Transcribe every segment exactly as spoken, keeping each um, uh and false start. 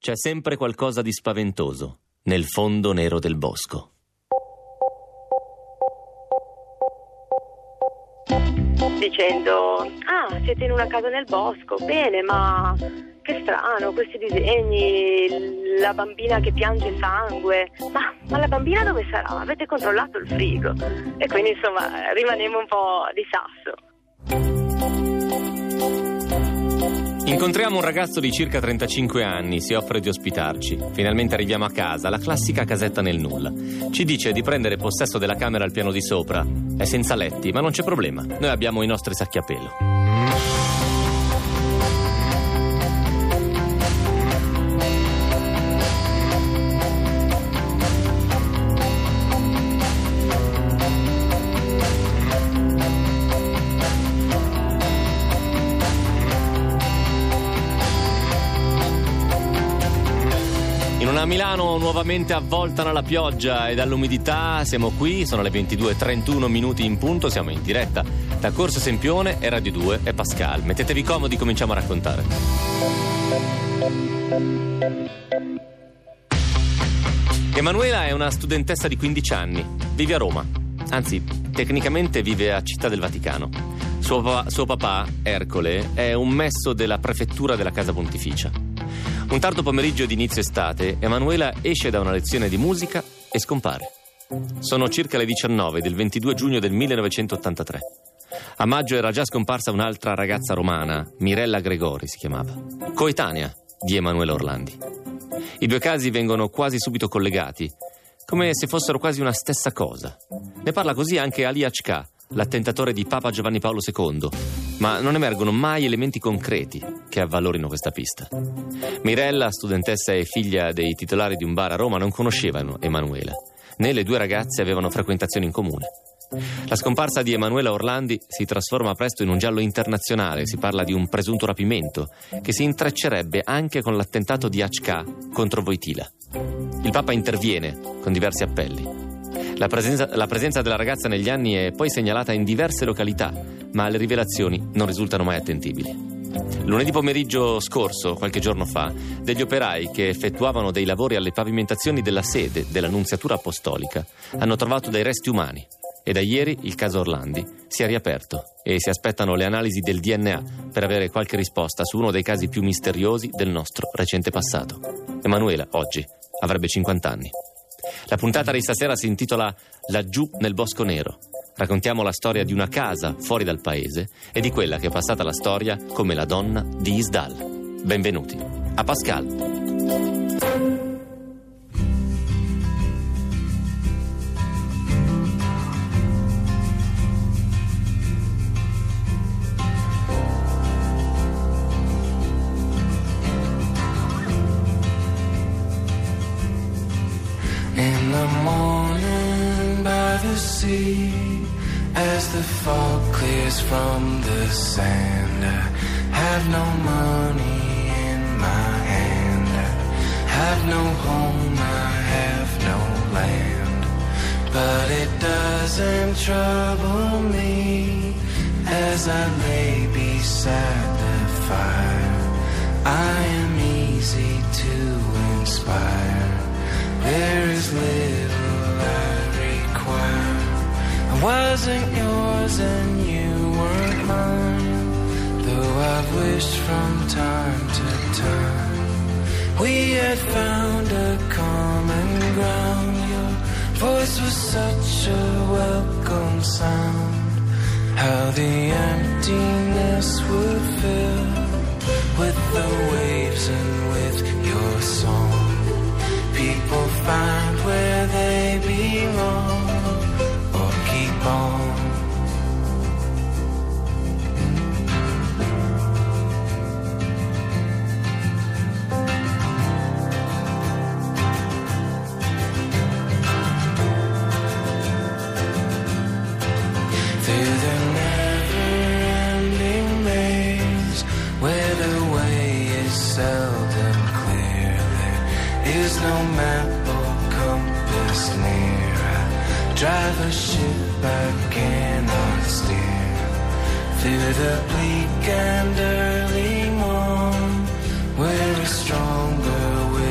c'è sempre qualcosa di spaventoso nel fondo nero del bosco. Dicendo: ah, siete in una casa nel bosco, bene, ma che strano questi disegni, la bambina che piange sangue, ma, ma la bambina dove sarà? Avete controllato il frigo? E quindi insomma rimanemmo un po' di sasso. Incontriamo un ragazzo di circa trentacinque anni, si offre di ospitarci. Finalmente arriviamo a casa, la classica casetta nel nulla. Ci dice di prendere possesso della camera al piano di sopra. È senza letti, ma non c'è problema. Noi abbiamo i nostri sacchi a pelo. A Milano nuovamente avvolta dalla pioggia e dall'umidità, siamo qui, sono le ventidue e trentuno minuti in punto, siamo in diretta da Corso Sempione e Radio due e Pascal. Mettetevi comodi, cominciamo a raccontare. Emanuela è una studentessa di quindici anni, vive a Roma, anzi tecnicamente vive a Città del Vaticano. Suo papà, suo papà, Ercole, è un messo della prefettura della Casa Pontificia. Un tardo pomeriggio di inizio estate, Emanuela esce da una lezione di musica e scompare. Sono circa le diciannove del ventidue giugno del millenovecentottantatré. A maggio era già scomparsa un'altra ragazza romana, Mirella Gregori si chiamava, coetanea di Emanuela Orlandi. I due casi vengono quasi subito collegati, come se fossero quasi una stessa cosa. Ne parla così anche Ali Achka, l'attentatore di Papa Giovanni Paolo secondo, ma non emergono mai elementi concreti che avvalorino questa pista. Mirella, studentessa e figlia dei titolari di un bar a Roma, non conoscevano Emanuela, né le due ragazze avevano frequentazioni in comune. La scomparsa di Emanuela Orlandi si trasforma presto in un giallo internazionale, si parla di un presunto rapimento che si intreccerebbe anche con l'attentato di Achka contro Wojtyla. Il Papa interviene con diversi appelli. La presenza, la presenza della ragazza negli anni è poi segnalata in diverse località, ma le rivelazioni non risultano mai attendibili. Lunedì pomeriggio scorso, qualche giorno fa, degli operai che effettuavano dei lavori alle pavimentazioni della sede della Nunziatura Apostolica hanno trovato dei resti umani e da ieri il caso Orlandi si è riaperto e si aspettano le analisi del D N A per avere qualche risposta su uno dei casi più misteriosi del nostro recente passato. Emanuela, oggi, avrebbe cinquanta anni. La puntata di stasera si intitola Laggiù nel Bosco Nero. Raccontiamo la storia di una casa fuori dal paese e di quella che è passata alla storia come la donna di Isdal. Benvenuti a Pascal. In the morning by the sea, as the fog clears from the sand, I have no money in my hand, I have no home, I have no land, but it doesn't trouble me as I lay beside the fire. I am easy to inspire. There is little I require. I wasn't yours and you weren't mine, though I've wished from time to time we had found a common ground. Your voice was such a welcome sound. How the emptiness would fill with the waves and with your song. People find where they belong or keep on. Through the never-ending maze where the way is seldom clear, there is no map or compass near. I drive a ship I cannot steer through the bleak and early morn, where a stronger will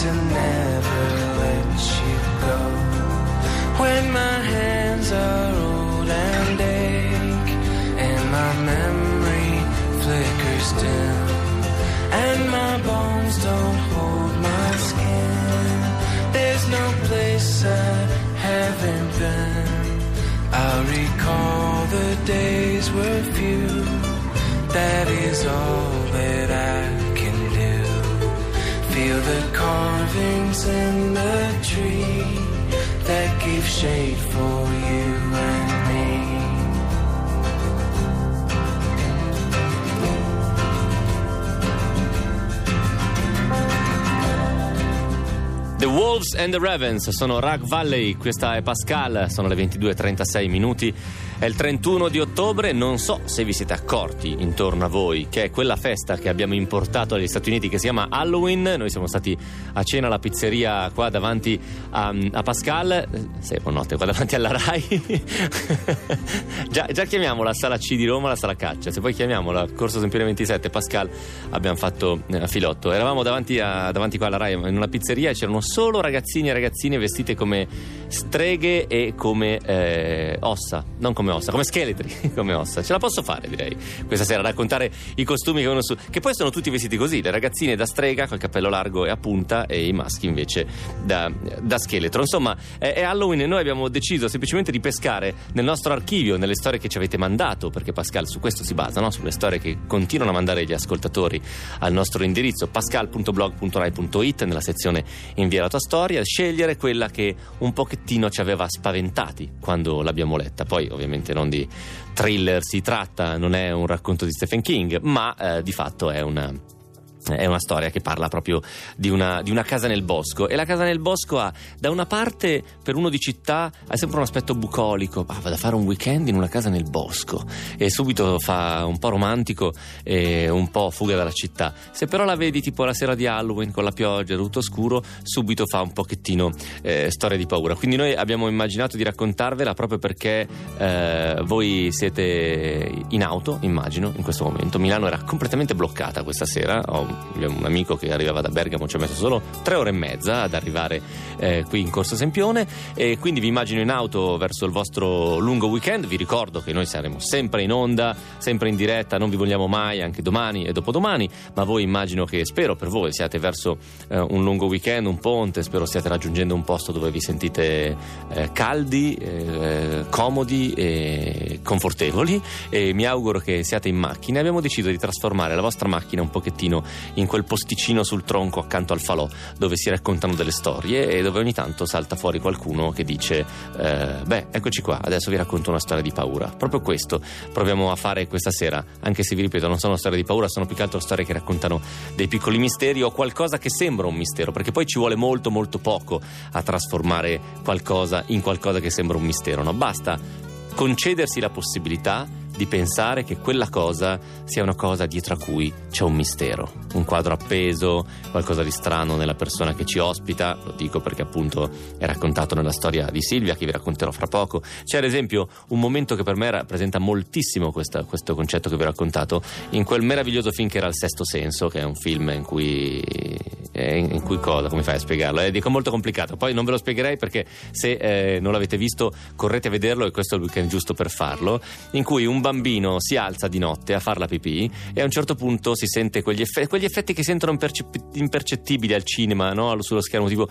to never let you go. When my hands are old and ache, and my memory flickers dim, and my bones don't hold my skin, there's no place I haven't been. I recall the days were few, that is all that I can do. Feel the carvings in the tree that give shade for you and me. The Wolves and the Ravens sono Rag Valley, questa è Pascal, sono le ventidue e trentasei minuti, è il trentuno di ottobre, non so se vi siete accorti intorno a voi che è quella festa che abbiamo importato dagli Stati Uniti che si chiama Halloween. Noi siamo stati a cena alla pizzeria qua davanti a, a Pascal, sì, buonanotte, qua davanti alla Rai. già, già chiamiamo la sala C di Roma la sala caccia, se poi chiamiamo la Corso Sempione ventisette Pascal abbiamo fatto eh, filotto. Eravamo davanti, a, davanti qua alla Rai in una pizzeria e c'erano solo ragazzini e ragazzine vestite come streghe e come eh, ossa, non come ossa, come scheletri, come ossa. Ce la posso fare, direi, questa sera, raccontare i costumi che vanno su, che poi sono tutti vestiti così, le ragazzine da strega col cappello largo e a punta e i maschi invece da, da scheletro. Insomma, è, è Halloween e noi abbiamo deciso semplicemente di pescare nel nostro archivio, nelle storie che ci avete mandato, perché Pascal su questo si basa, no? Sulle storie che continuano a mandare gli ascoltatori al nostro indirizzo pascal punto blog punto rai punto it nella sezione Invia la tua storia, scegliere quella che un pochettino ci aveva spaventati quando l'abbiamo letta. Poi ovviamente non di thriller si tratta, non è un racconto di Stephen King, ma eh, di fatto è una è una storia che parla proprio di una, di una casa nel bosco, e la casa nel bosco ha, da una parte, per uno di città, ha sempre un aspetto bucolico, ah, vado a fare un weekend in una casa nel bosco, e subito fa un po' romantico e un po' fuga dalla città. Se però la vedi tipo la sera di Halloween con la pioggia, tutto scuro, subito fa un pochettino eh, storia di paura. Quindi noi abbiamo immaginato di raccontarvela proprio perché eh, voi siete in auto, immagino, in questo momento. Milano era completamente bloccata questa sera. Ho Abbiamo un amico che arrivava da Bergamo, ci ha messo solo tre ore e mezza ad arrivare eh, qui in Corso Sempione, e quindi vi immagino in auto verso il vostro lungo weekend. Vi ricordo che noi saremo sempre in onda, sempre in diretta, non vi vogliamo mai, anche domani e dopodomani, ma voi immagino che, spero per voi, siate verso eh, un lungo weekend, un ponte, spero stiate raggiungendo un posto dove vi sentite eh, caldi, eh, comodi e confortevoli, e mi auguro che siate in macchina. Abbiamo deciso di trasformare la vostra macchina un pochettino in quel posticino sul tronco accanto al falò dove si raccontano delle storie e dove ogni tanto salta fuori qualcuno che dice eh, beh, eccoci qua, adesso vi racconto una storia di paura. Proprio questo proviamo a fare questa sera, anche se vi ripeto non sono storie di paura, sono più che altro storie che raccontano dei piccoli misteri o qualcosa che sembra un mistero, perché poi ci vuole molto molto poco a trasformare qualcosa in qualcosa che sembra un mistero, no? Basta concedersi la possibilità di pensare che quella cosa sia una cosa dietro a cui c'è un mistero, un quadro appeso, qualcosa di strano nella persona che ci ospita. Lo dico perché appunto è raccontato nella storia di Silvia, che vi racconterò fra poco. C'è ad esempio un momento che per me rappresenta moltissimo questa, questo concetto che vi ho raccontato, in quel meraviglioso film che era Il Sesto Senso, che è un film in cui in cui cosa? Come fai a spiegarlo? Eh, dico molto complicato, poi non ve lo spiegherei perché se eh, non l'avete visto correte a vederlo, e questo è il weekend giusto per farlo, in cui un bambino si alza di notte a far la pipì e a un certo punto si sente quegli effetti, quegli effetti che sentono impercep- impercettibili al cinema, no? Sullo schermo, tipo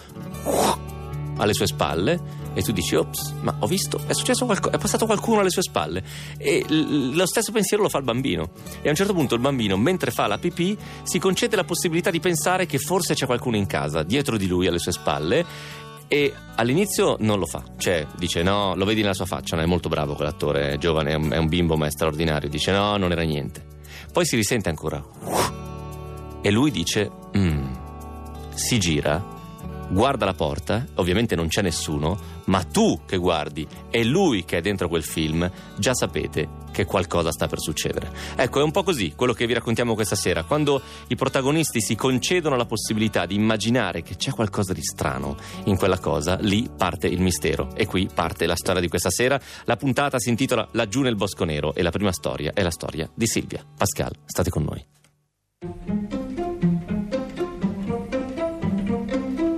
alle sue spalle, e tu dici ops, ma ho visto, è successo qualcosa, è passato qualcuno alle sue spalle, e l- lo stesso pensiero lo fa il bambino, e a un certo punto il bambino, mentre fa la pipì, si concede la possibilità di pensare che forse c'è qualcuno in casa dietro di lui alle sue spalle, e all'inizio non lo fa, cioè dice no, lo vedi nella sua faccia, no? È molto bravo quell'attore, è giovane, è un, è un bimbo ma è straordinario, dice no, non era niente. Poi si risente ancora e lui dice mm. si gira, guarda la porta, ovviamente non c'è nessuno, ma tu che guardi e lui che è dentro quel film già sapete che qualcosa sta per succedere. Ecco, è un po' così quello che vi raccontiamo questa sera. Quando i protagonisti si concedono la possibilità di immaginare che c'è qualcosa di strano in quella cosa, lì parte il mistero, e qui parte la storia di questa sera. La puntata si intitola Laggiù nel Bosco Nero e la prima storia è la storia di Silvia. Pascal, state con noi.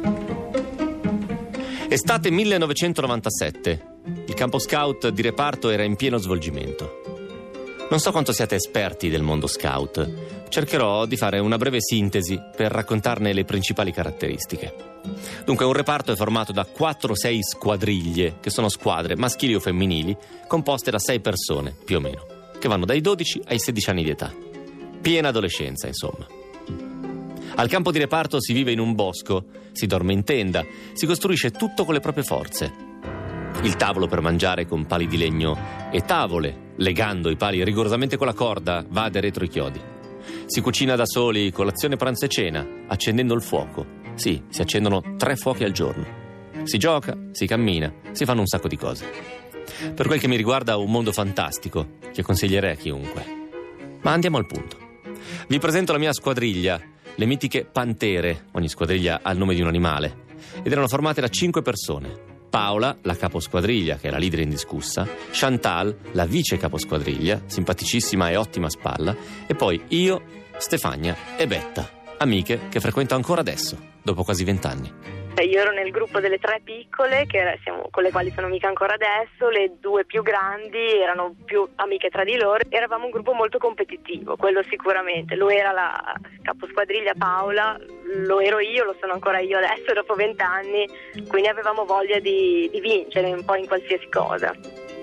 Estate millenovecentonovantasette. Il campo scout di reparto era in pieno svolgimento. Non so quanto siate esperti del mondo scout. Cercherò di fare una breve sintesi per raccontarne le principali caratteristiche. Dunque, un reparto è formato da quattro sei squadriglie, che sono squadre maschili o femminili, composte da sei persone, più o meno, che vanno dai dodici ai sedici anni di età. Piena adolescenza, insomma. Al campo di reparto si vive in un bosco, si dorme in tenda, si costruisce tutto con le proprie forze. Il tavolo per mangiare con pali di legno e tavole, legando i pali rigorosamente con la corda, vade retro i chiodi. Si cucina da soli colazione, pranzo e cena, accendendo il fuoco. Sì, si accendono tre fuochi al giorno. Si gioca, si cammina, si fanno un sacco di cose. Per quel che mi riguarda, un mondo fantastico, che consiglierei a chiunque. Ma andiamo al punto. Vi presento la mia squadriglia, le mitiche Pantere. Ogni squadriglia ha il nome di un animale, ed erano formate da cinque persone. Paola, la caposquadriglia, che è la leader indiscussa, Chantal, la vice caposquadriglia, simpaticissima e ottima spalla, e poi io, Stefania e Betta, amiche che frequento ancora adesso, dopo quasi vent'anni. Io ero nel gruppo delle tre piccole, che siamo, con le quali sono amiche ancora adesso. Le due più grandi erano più amiche tra di loro. Eravamo un gruppo molto competitivo, quello sicuramente. Lo era la caposquadriglia Paola, lo ero io, lo sono ancora io adesso dopo vent'anni, quindi avevamo voglia di, di vincere un po' in qualsiasi cosa.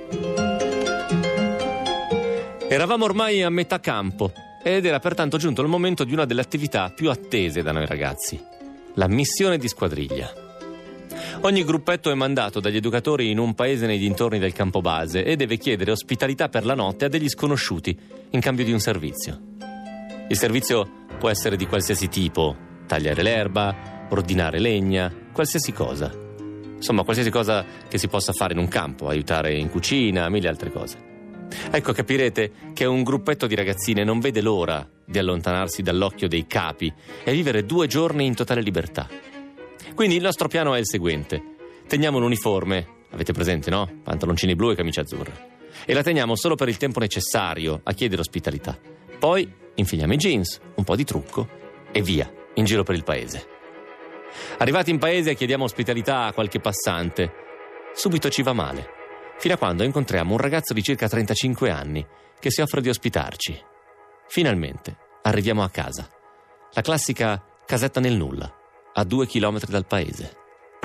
Eravamo ormai a metà campo ed era pertanto giunto il momento di una delle attività più attese da noi ragazzi. La missione di squadriglia. Ogni gruppetto è mandato dagli educatori in un paese nei dintorni del campo base e deve chiedere ospitalità per la notte a degli sconosciuti in cambio di un servizio. Il servizio può essere di qualsiasi tipo: tagliare l'erba, ordinare legna, qualsiasi cosa. Insomma, qualsiasi cosa che si possa fare in un campo, aiutare in cucina, mille altre cose. Ecco, capirete che un gruppetto di ragazzine non vede l'ora di allontanarsi dall'occhio dei capi e vivere due giorni in totale libertà. Quindi il nostro piano è il seguente: teniamo l'uniforme, avete presente, no? Pantaloncini blu e camicia azzurra, e la teniamo solo per il tempo necessario a chiedere ospitalità. Poi infiliamo i jeans, un po' di trucco e via, in giro per il paese. Arrivati in paese chiediamo ospitalità a qualche passante. Subito ci va male, fino a quando incontriamo un ragazzo di circa trentacinque anni che si offre di ospitarci. Finalmente arriviamo a casa, la classica casetta nel nulla, a due chilometri dal paese.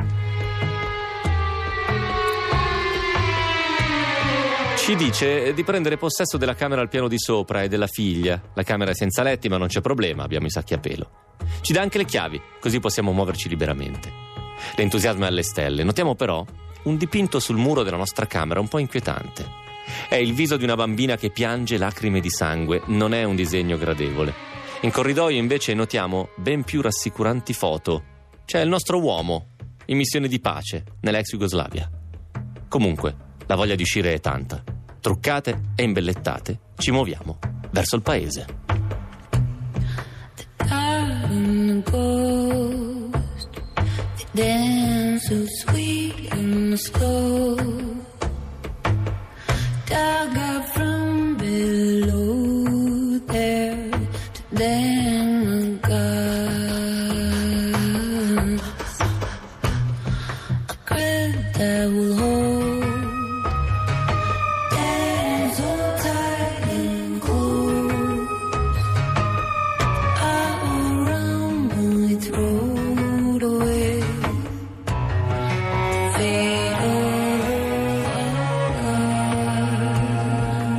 Ci dice di prendere possesso della camera al piano di sopra e della figlia. La camera è senza letti, ma non c'è problema, abbiamo i sacchi a pelo. Ci dà anche le chiavi, così possiamo muoverci liberamente. L'entusiasmo è alle stelle. Notiamo però un dipinto sul muro della nostra camera un po' inquietante. È il viso di una bambina che piange lacrime di sangue, non è un disegno gradevole. In corridoio invece notiamo ben più rassicuranti foto. C'è il nostro uomo, in missione di pace, nell'ex Jugoslavia. Comunque, la voglia di uscire è tanta. Truccate e imbellettate, ci muoviamo verso il paese. Dug up from below there to then a gun, a grip that will hold, damn so tight and cold, all around my throat away, fade away.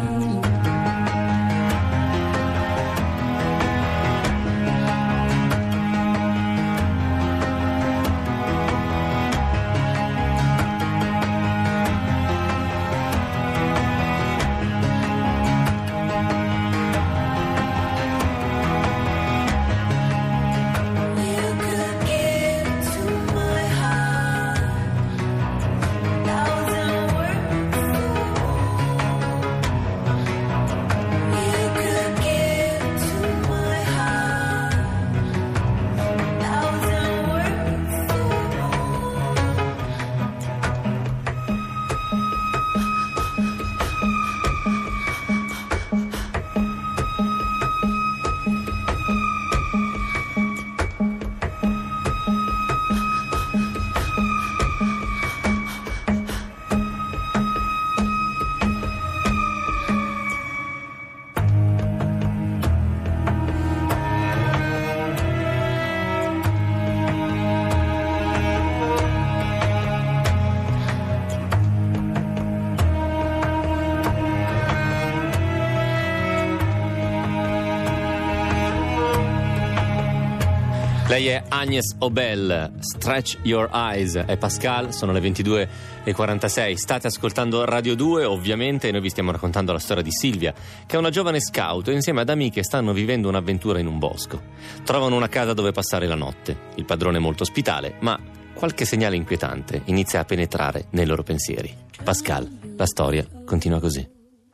Lei è Agnès Obel, Stretch Your Eyes. È Pascal, sono le ventidue e quarantasei. State ascoltando Radio due, ovviamente, e noi vi stiamo raccontando la storia di Silvia, che è una giovane scout e insieme ad amiche stanno vivendo un'avventura in un bosco. Trovano una casa dove passare la notte. Il padrone è molto ospitale, ma qualche segnale inquietante inizia a penetrare nei loro pensieri. Pascal, la storia continua così.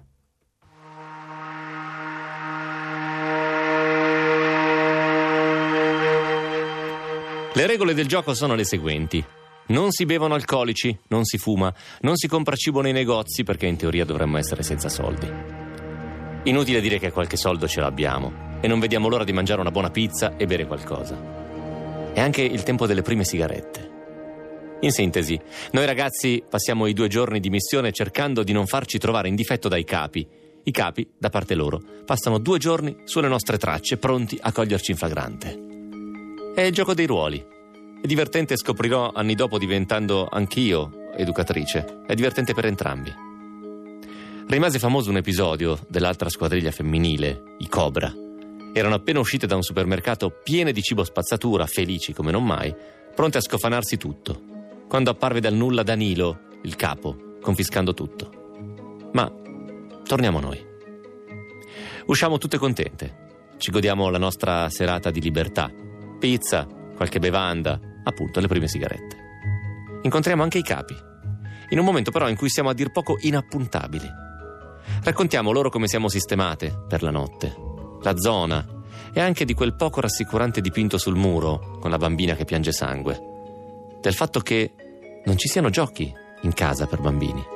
Le regole del gioco sono le seguenti: non si bevono alcolici, non si fuma, non si compra cibo nei negozi perché in teoria dovremmo essere senza soldi. Inutile dire che qualche soldo ce l'abbiamo e non vediamo l'ora di mangiare una buona pizza e bere qualcosa. È anche il tempo delle prime sigarette. In sintesi, noi ragazzi passiamo i due giorni di missione cercando di non farci trovare in difetto dai capi. I capi, da parte loro, passano due giorni sulle nostre tracce pronti a coglierci in flagrante. È il gioco dei ruoli. È divertente, scoprirò anni dopo diventando anch'io educatrice. È divertente per entrambi. Rimase famoso un episodio dell'altra squadriglia femminile, i Cobra. Erano appena uscite da un supermercato piene di cibo spazzatura, felici come non mai, pronte a scofanarsi tutto, quando apparve dal nulla Danilo, il capo, confiscando tutto. Ma torniamo a noi. Usciamo tutte contente. Ci godiamo la nostra serata di libertà. Pizza, qualche bevanda, appunto le prime sigarette. Incontriamo anche i capi, in un momento però in cui siamo a dir poco inappuntabili. Raccontiamo loro come siamo sistemate per la notte, la zona e anche di quel poco rassicurante dipinto sul muro con la bambina che piange sangue, del fatto che non ci siano giochi in casa per bambini.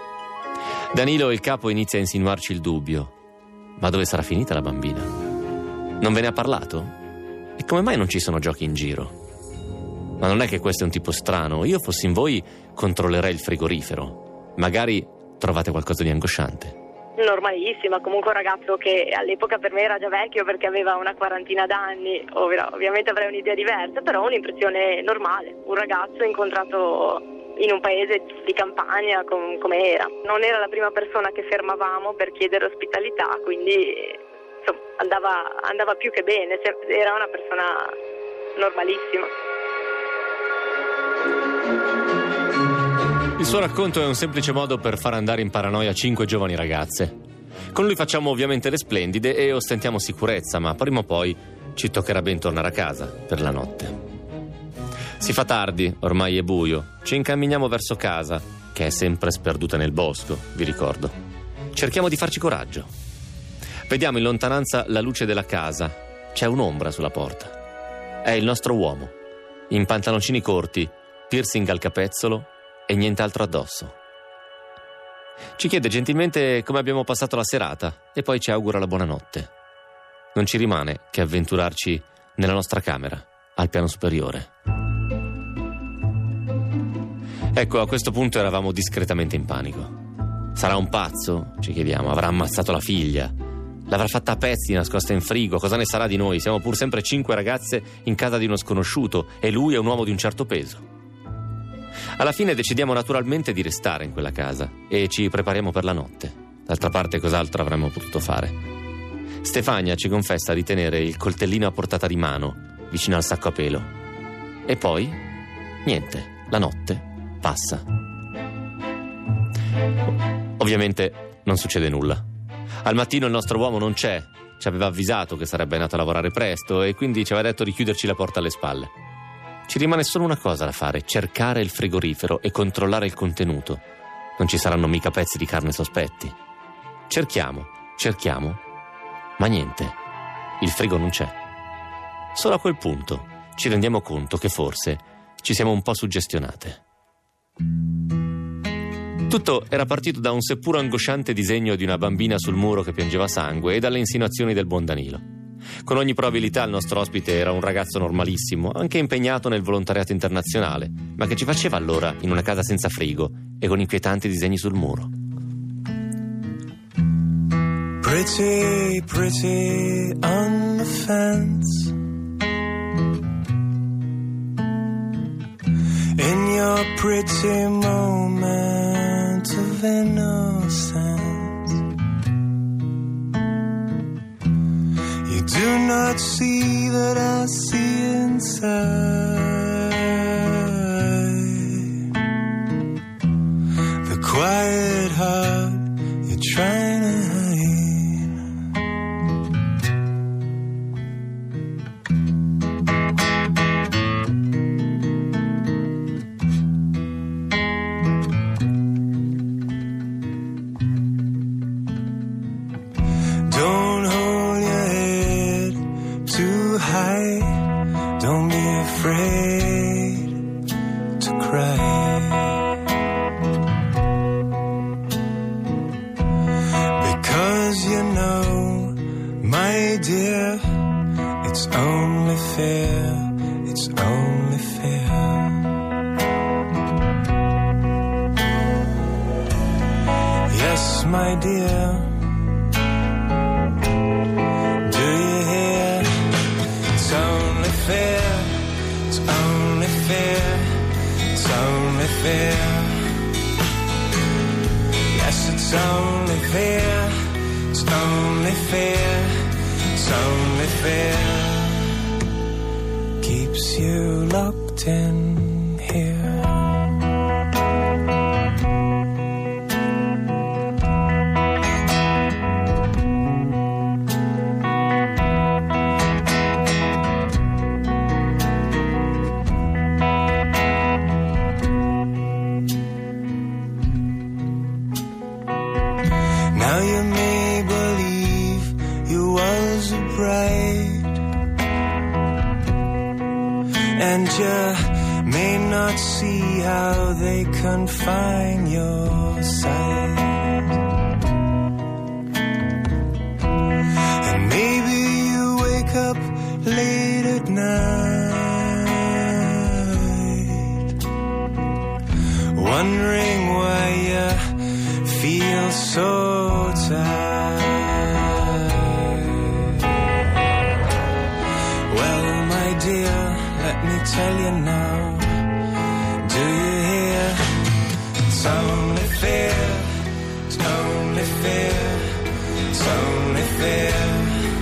Danilo, il capo, inizia a insinuarci il dubbio: ma dove sarà finita la bambina? Non ve ne ha parlato? E come mai non ci sono giochi in giro? Ma non è che questo è un tipo strano? Io fossi in voi controllerei il frigorifero. Magari trovate qualcosa di angosciante. Normalissima, comunque un ragazzo che all'epoca per me era già vecchio perché aveva una quarantina d'anni, Ov- ovviamente avrei un'idea diversa, però un'impressione normale. Un ragazzo incontrato in un paese di campagna com- come era. Non era la prima persona che fermavamo per chiedere ospitalità, quindi Andava, andava più che bene, era una persona normalissima. Il suo racconto è un semplice modo per far andare in paranoia cinque giovani ragazze. Con lui facciamo ovviamente le splendide e ostentiamo sicurezza, ma prima o poi ci toccherà ben tornare a casa per la notte. Si fa tardi, ormai è buio, ci incamminiamo verso casa, che è sempre sperduta nel bosco, vi ricordo. Cerchiamo di farci coraggio. Vediamo in lontananza la luce della casa. C'è un'ombra sulla porta. È il nostro uomo, in pantaloncini corti, piercing al capezzolo e nient'altro addosso. Ci chiede gentilmente come abbiamo passato la serata e poi ci augura la buonanotte. Non ci rimane che avventurarci nella nostra camera, al piano superiore. Ecco, a questo punto eravamo discretamente in panico. Sarà un pazzo? Ci chiediamo. Avrà ammazzato la figlia? L'avrà fatta a pezzi, nascosta in frigo? Cosa ne sarà di noi? Siamo pur sempre cinque ragazze in casa di uno sconosciuto e lui è un uomo di un certo peso. Alla fine decidiamo naturalmente di restare in quella casa e ci prepariamo per la notte. D'altra parte, cos'altro avremmo potuto fare? Stefania ci confessa di tenere il coltellino a portata di mano, vicino al sacco a pelo. E poi, niente, la notte passa. Ovviamente non succede nulla. Al mattino il nostro uomo non c'è, ci aveva avvisato che sarebbe andato a lavorare presto e quindi ci aveva detto di chiuderci la porta alle spalle. Ci rimane solo una cosa da fare: cercare il frigorifero e controllare il contenuto. Non ci saranno mica pezzi di carne sospetti. Cerchiamo, cerchiamo, ma niente. Il frigo non c'è. Solo a quel punto ci rendiamo conto che forse ci siamo un po' suggestionate. Tutto era partito da un seppur angosciante disegno di una bambina sul muro che piangeva sangue e dalle insinuazioni del buon Danilo. Con ogni probabilità il nostro ospite era un ragazzo normalissimo, anche impegnato nel volontariato internazionale, ma che ci faceva allora in una casa senza frigo e con inquietanti disegni sul muro. Pretty, pretty on the fence. In your pretty moment of innocence, you do not see that I see inside. The quiet heart you're trying to hide. Don't hold your head too high. Don't be afraid to cry. Because you know, my dear, it's only fair, it's only fair. Yes, my dear. It's only fair, it's only fair. Yes, it's only fair, it's only fair, it's only fair. Keeps you locked in here. Now you may believe you was a bride, and you may not see how they confine your sight. And maybe you wake up late at night, wondering why you feel so tired. Well, my dear, let me tell you now. Do you hear? It's only fair, it's only fair, it's only fair.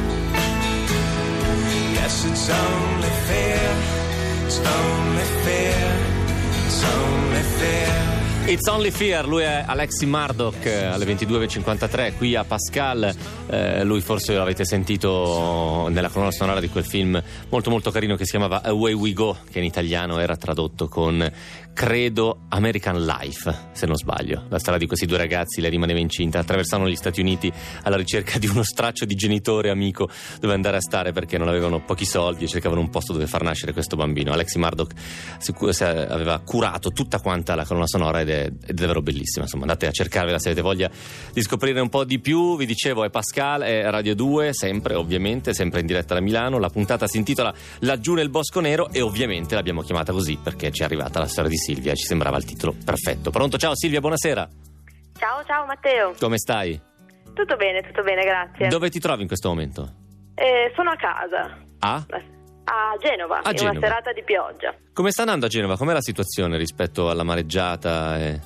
Yes, it's only fair, it's only fair, it's only fair. It's Only Fear, lui è Alexi Murdoch alle ventidue e cinquantatré qui a Pascal. Eh, lui forse l'avete sentito nella colonna sonora di quel film molto molto carino che si chiamava Away We Go, che in italiano era tradotto con, credo, American Life, se non sbaglio. La storia di questi due ragazzi, lei rimaneva incinta, attraversavano gli Stati Uniti alla ricerca di uno straccio di genitore amico dove andare a stare perché non avevano pochi soldi e cercavano un posto dove far nascere questo bambino. Alexi Murdoch aveva curato tutta quanta la colonna sonora ed è È davvero bellissima, insomma andate a cercarvela se avete voglia di scoprire un po' di più. Vi dicevo, è Pascal, è Radio due, sempre ovviamente, sempre in diretta da Milano. La puntata si intitola Laggiù nel Bosco Nero e ovviamente l'abbiamo chiamata così perché ci è arrivata la storia di Silvia e ci sembrava il titolo perfetto. Pronto? Ciao Silvia, buonasera. Ciao, ciao Matteo. Come stai? Tutto bene, tutto bene, grazie. Dove ti trovi in questo momento? Eh, sono a casa. Ah? A Genova, a in Genova. Una serata di pioggia. Come sta andando a Genova? Com'è la situazione rispetto alla mareggiata? E...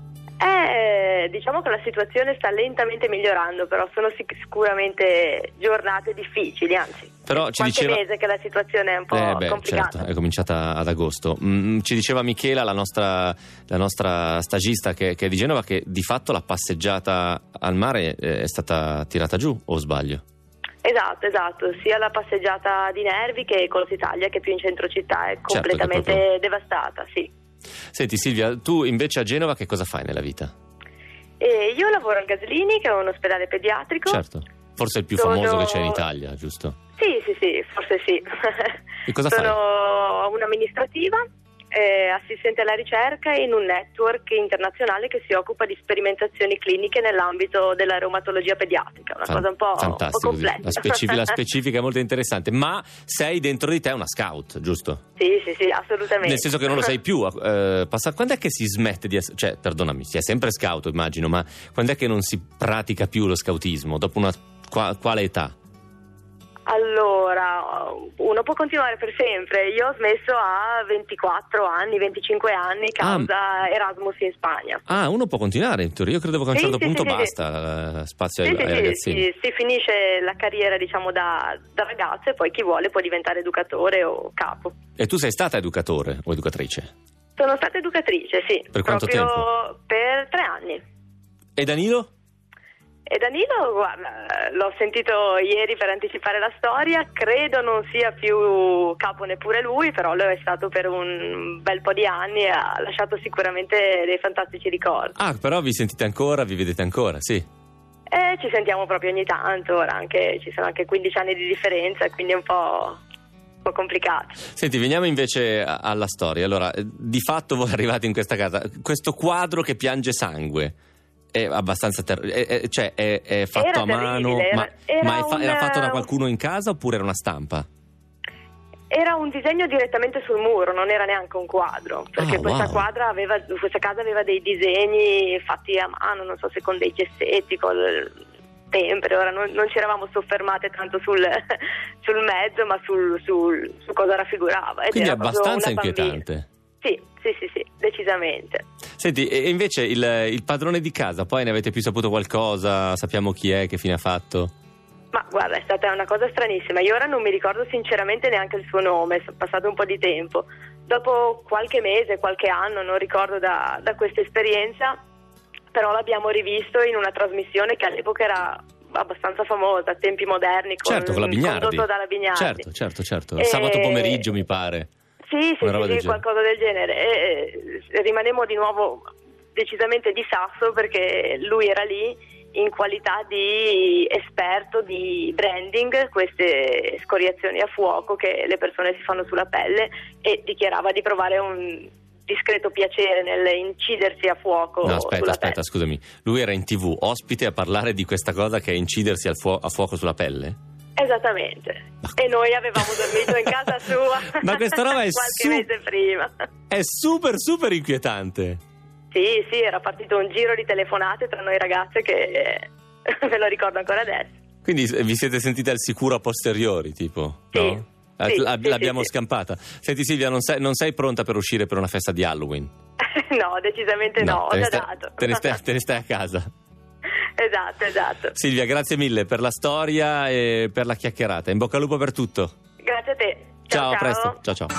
Eh, diciamo che la situazione sta lentamente migliorando, però sono sic- sicuramente giornate difficili, anzi. Però ci qualche diceva... mese che la situazione è un po' eh beh, complicata. Certo, è cominciata ad agosto. Mm, ci diceva Michela, la nostra, la nostra stagista che, che è di Genova, che di fatto la passeggiata al mare è stata tirata giù, o sbaglio? Esatto, esatto, sia la passeggiata di Nervi che Corso Italia, che più in centro città è completamente certo, proprio... devastata, sì. Senti Silvia, tu invece a Genova che cosa fai nella vita? E io lavoro al Gaslini, che è un ospedale pediatrico. Certo, forse il più Sono... famoso che c'è in Italia, giusto? Sì, sì, sì, forse sì. E cosa Sono fai? un'amministrativa, eh, assistente alla ricerca in un network internazionale che si occupa di sperimentazioni cliniche nell'ambito della reumatologia pediatrica, una Fan- cosa un po', fantastico, un po' complessa. La, specifica, la specifica è molto interessante, ma sei dentro di te una scout, giusto? Sì, sì, sì, assolutamente. Nel senso che non lo sei più. Eh, passa... Quando è che si smette di essere... Cioè, perdonami, si è sempre scout, immagino, ma quando è che non si pratica più lo scoutismo? Dopo una... Qua... quale età? Allora, uno può continuare per sempre. Io ho smesso a ventiquattro anni, venticinque anni, causa ah. Erasmus in Spagna. Ah, uno può continuare in teoria. Io credevo che a un sì, certo sì, punto sì, basta sì. spazio sì, ai, sì, ai sì, ragazzini. Sì, si finisce la carriera, diciamo, da, da ragazzo, e poi chi vuole può diventare educatore o capo. E tu sei stata educatore o educatrice? Sono stata educatrice, sì. Per quanto proprio tempo? Per tre anni. E Danilo? E Danilo, guarda, l'ho sentito ieri per anticipare la storia, credo non sia più capo neppure lui, però lo è stato per un bel po' di anni e ha lasciato sicuramente dei fantastici ricordi. Ah, però vi sentite ancora, vi vedete ancora, sì? Eh, ci sentiamo proprio ogni tanto, ora anche, ci sono anche quindici anni di differenza, quindi è un po'... un po' complicato. Senti, veniamo invece alla storia. Allora, di fatto voi arrivate in questa casa, questo quadro che piange sangue è abbastanza ter- è, è, cioè è, è fatto era a mano, terribile, ma, era, ma è fa- un, era fatto da qualcuno in casa oppure era una stampa? Era un disegno direttamente sul muro, non era neanche un quadro, perché oh, questa wow. quadra aveva, questa casa aveva dei disegni fatti a mano, non so se con dei gessetti, col tempere. Ora non, non ci eravamo soffermate tanto sul, sul mezzo, ma sul, sul, su cosa raffigurava. Ed Quindi è era abbastanza una inquietante. Sì, sì, sì, sì, decisamente. Senti, e invece il, il padrone di casa, poi ne avete più saputo qualcosa? Sappiamo chi è, che fine ha fatto? Ma guarda, è stata una cosa stranissima. Io ora non mi ricordo sinceramente neanche il suo nome, è passato un po' di tempo. Dopo qualche mese, qualche anno, non ricordo da, da questa esperienza, però l'abbiamo rivisto in una trasmissione che all'epoca era abbastanza famosa, a tempi moderni, con, certo, con la Bignardi. condotto dalla Bignardi. Certo, certo, certo. E... sabato pomeriggio mi pare. Sì, sì, sì, del sì qualcosa del genere. E, e, rimanemmo di nuovo decisamente di sasso, perché lui era lì in qualità di esperto di branding, queste scoriazioni a fuoco che le persone si fanno sulla pelle, e dichiarava di provare un discreto piacere nel incidersi a fuoco. No, aspetta, sulla aspetta, pelle. scusami. Lui era in tivù, ospite, a parlare di questa cosa che è incidersi al fuo- a fuoco sulla pelle? Esattamente. Ma... e noi avevamo dormito in casa sua. Ma questa roba è qualche su- mese prima. È super, super inquietante. Sì, sì, era partito un giro di telefonate tra noi ragazze che me lo ricordo ancora adesso. Quindi vi siete sentite al sicuro a posteriori, tipo? Sì. No? Sì, L- sì, l'abbiamo sì, scampata. Senti Silvia, non sei, non sei pronta per uscire per una festa di Halloween? No, decisamente no, no ho te, ne già stai, dato. te, ne stai, te ne stai a casa. Esatto, esatto. Silvia, grazie mille per la storia e per la chiacchierata. In bocca al lupo per tutto. Grazie a te. Ciao, Ciao, a ciao. presto. Ciao, ciao.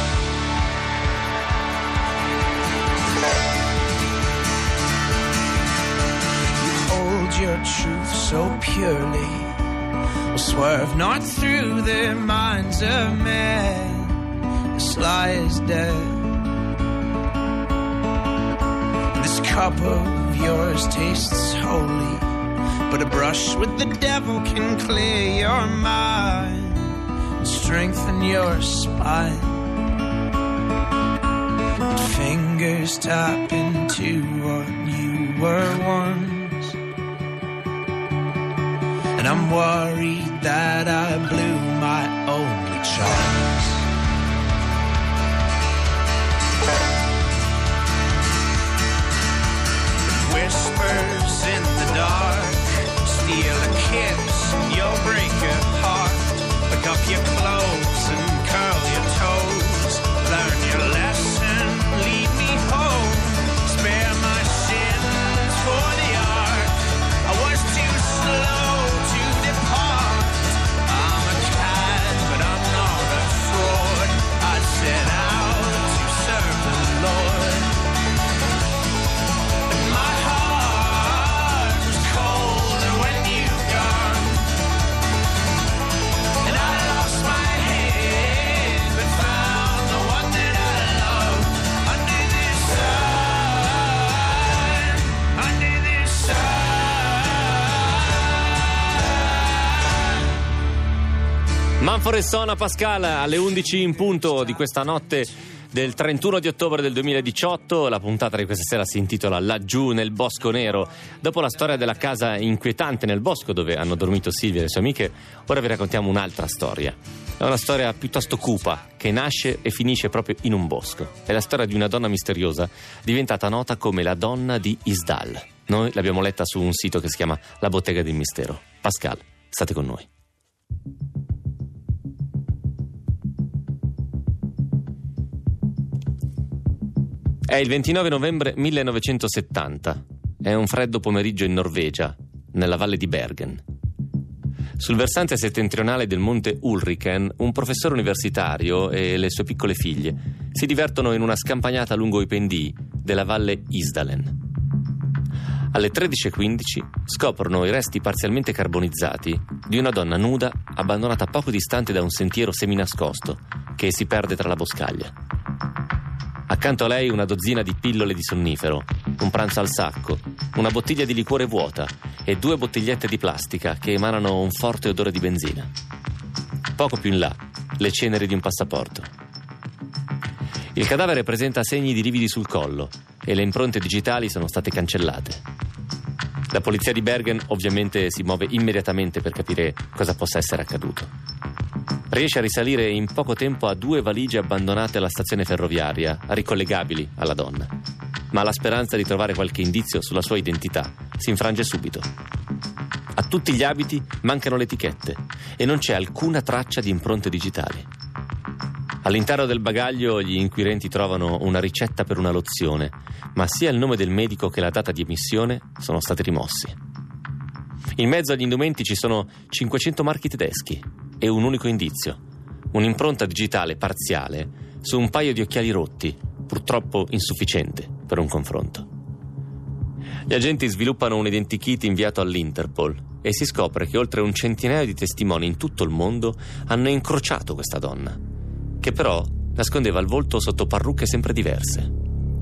Your truth so purely will swerve not through the minds of men. This lie is dead. This cup of yours tastes holy, but a brush with the devil can clear your mind and strengthen your spine. But fingers tap into what you were once. And I'm worried that I blew my only chance. Whispers in the dark, steal a kiss and you'll break your heart. Pick up your clothes and curl your toes. Learn your lesson, lead me home. Spare my sins for the ark. I was too slow. Manfred e Sona Pascal alle undici in punto di questa notte del trentuno di ottobre del duemiladiciotto. La puntata di questa sera si intitola Laggiù nel Bosco Nero. Dopo la storia della casa inquietante nel bosco dove hanno dormito Silvia e le sue amiche, ora vi raccontiamo un'altra storia. È una storia piuttosto cupa che nasce e finisce proprio in un bosco. È la storia di una donna misteriosa diventata nota come la donna di Isdal. Noi l'abbiamo letta su un sito che si chiama La Bottega del Mistero. Pascal, state con noi. È il ventinove novembre millenovecentosettanta. È un freddo pomeriggio in Norvegia, nella valle di Bergen. Sul versante settentrionale del monte Ulriken, un professore universitario e le sue piccole figlie si divertono in una scampagnata lungo i pendii della valle Isdalen. Alle tredici e quindici scoprono i resti parzialmente carbonizzati di una donna nuda abbandonata poco distante da un sentiero seminascosto che si perde tra la boscaglia. Accanto a lei una dozzina di pillole di sonnifero, un pranzo al sacco, una bottiglia di liquore vuota e due bottigliette di plastica che emanano un forte odore di benzina. Poco più in là, le ceneri di un passaporto. Il cadavere presenta segni di lividi sul collo e le impronte digitali sono state cancellate. La polizia di Bergen ovviamente si muove immediatamente per capire cosa possa essere accaduto. Riesce a risalire in poco tempo a due valigie abbandonate alla stazione ferroviaria, ricollegabili alla donna. Ma la speranza di trovare qualche indizio sulla sua identità si infrange subito. A tutti gli abiti mancano le etichette e non c'è alcuna traccia di impronte digitali. All'interno del bagaglio gli inquirenti trovano una ricetta per una lozione, ma sia il nome del medico che la data di emissione sono stati rimossi. In mezzo agli indumenti ci sono cinquecento marchi tedeschi e un unico indizio, un'impronta digitale parziale su un paio di occhiali rotti, purtroppo insufficiente per un confronto. Gli agenti sviluppano un identikit inviato all'Interpol e si scopre che oltre un centinaio di testimoni in tutto il mondo hanno incrociato questa donna, che però nascondeva il volto sotto parrucche sempre diverse.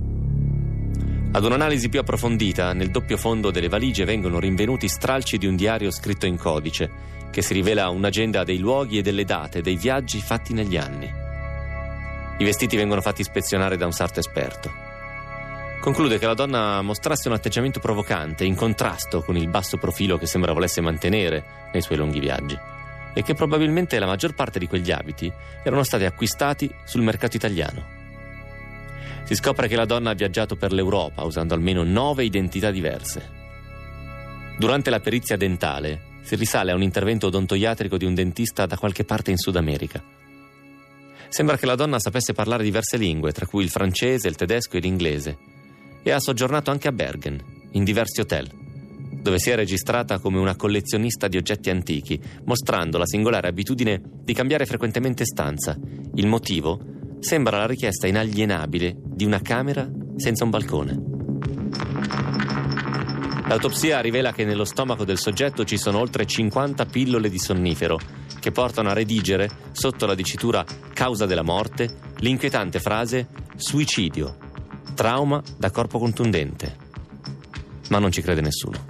Ad un'analisi più approfondita, nel doppio fondo delle valigie vengono rinvenuti stralci di un diario scritto in codice, che si rivela un'agenda dei luoghi e delle date dei viaggi fatti negli anni. I vestiti vengono fatti ispezionare da un sarto esperto. Conclude che la donna mostrasse un atteggiamento provocante, in contrasto con il basso profilo che sembra volesse mantenere nei suoi lunghi viaggi, e che probabilmente la maggior parte di quegli abiti erano stati acquistati sul mercato italiano. Si scopre che la donna ha viaggiato per l'Europa usando almeno nove identità diverse. Durante la perizia dentale si risale a un intervento odontoiatrico di un dentista da qualche parte in Sud America. Sembra che la donna sapesse parlare diverse lingue, tra cui il francese, il tedesco e l'inglese, e ha soggiornato anche a Bergen, in diversi hotel, dove si è registrata come una collezionista di oggetti antichi, mostrando la singolare abitudine di cambiare frequentemente stanza. Il motivo sembra la richiesta inalienabile di una camera senza un balcone. L'autopsia rivela che nello stomaco del soggetto ci sono oltre cinquanta pillole di sonnifero che portano a redigere, sotto la dicitura causa della morte, l'inquietante frase suicidio, trauma da corpo contundente. Ma non ci crede nessuno.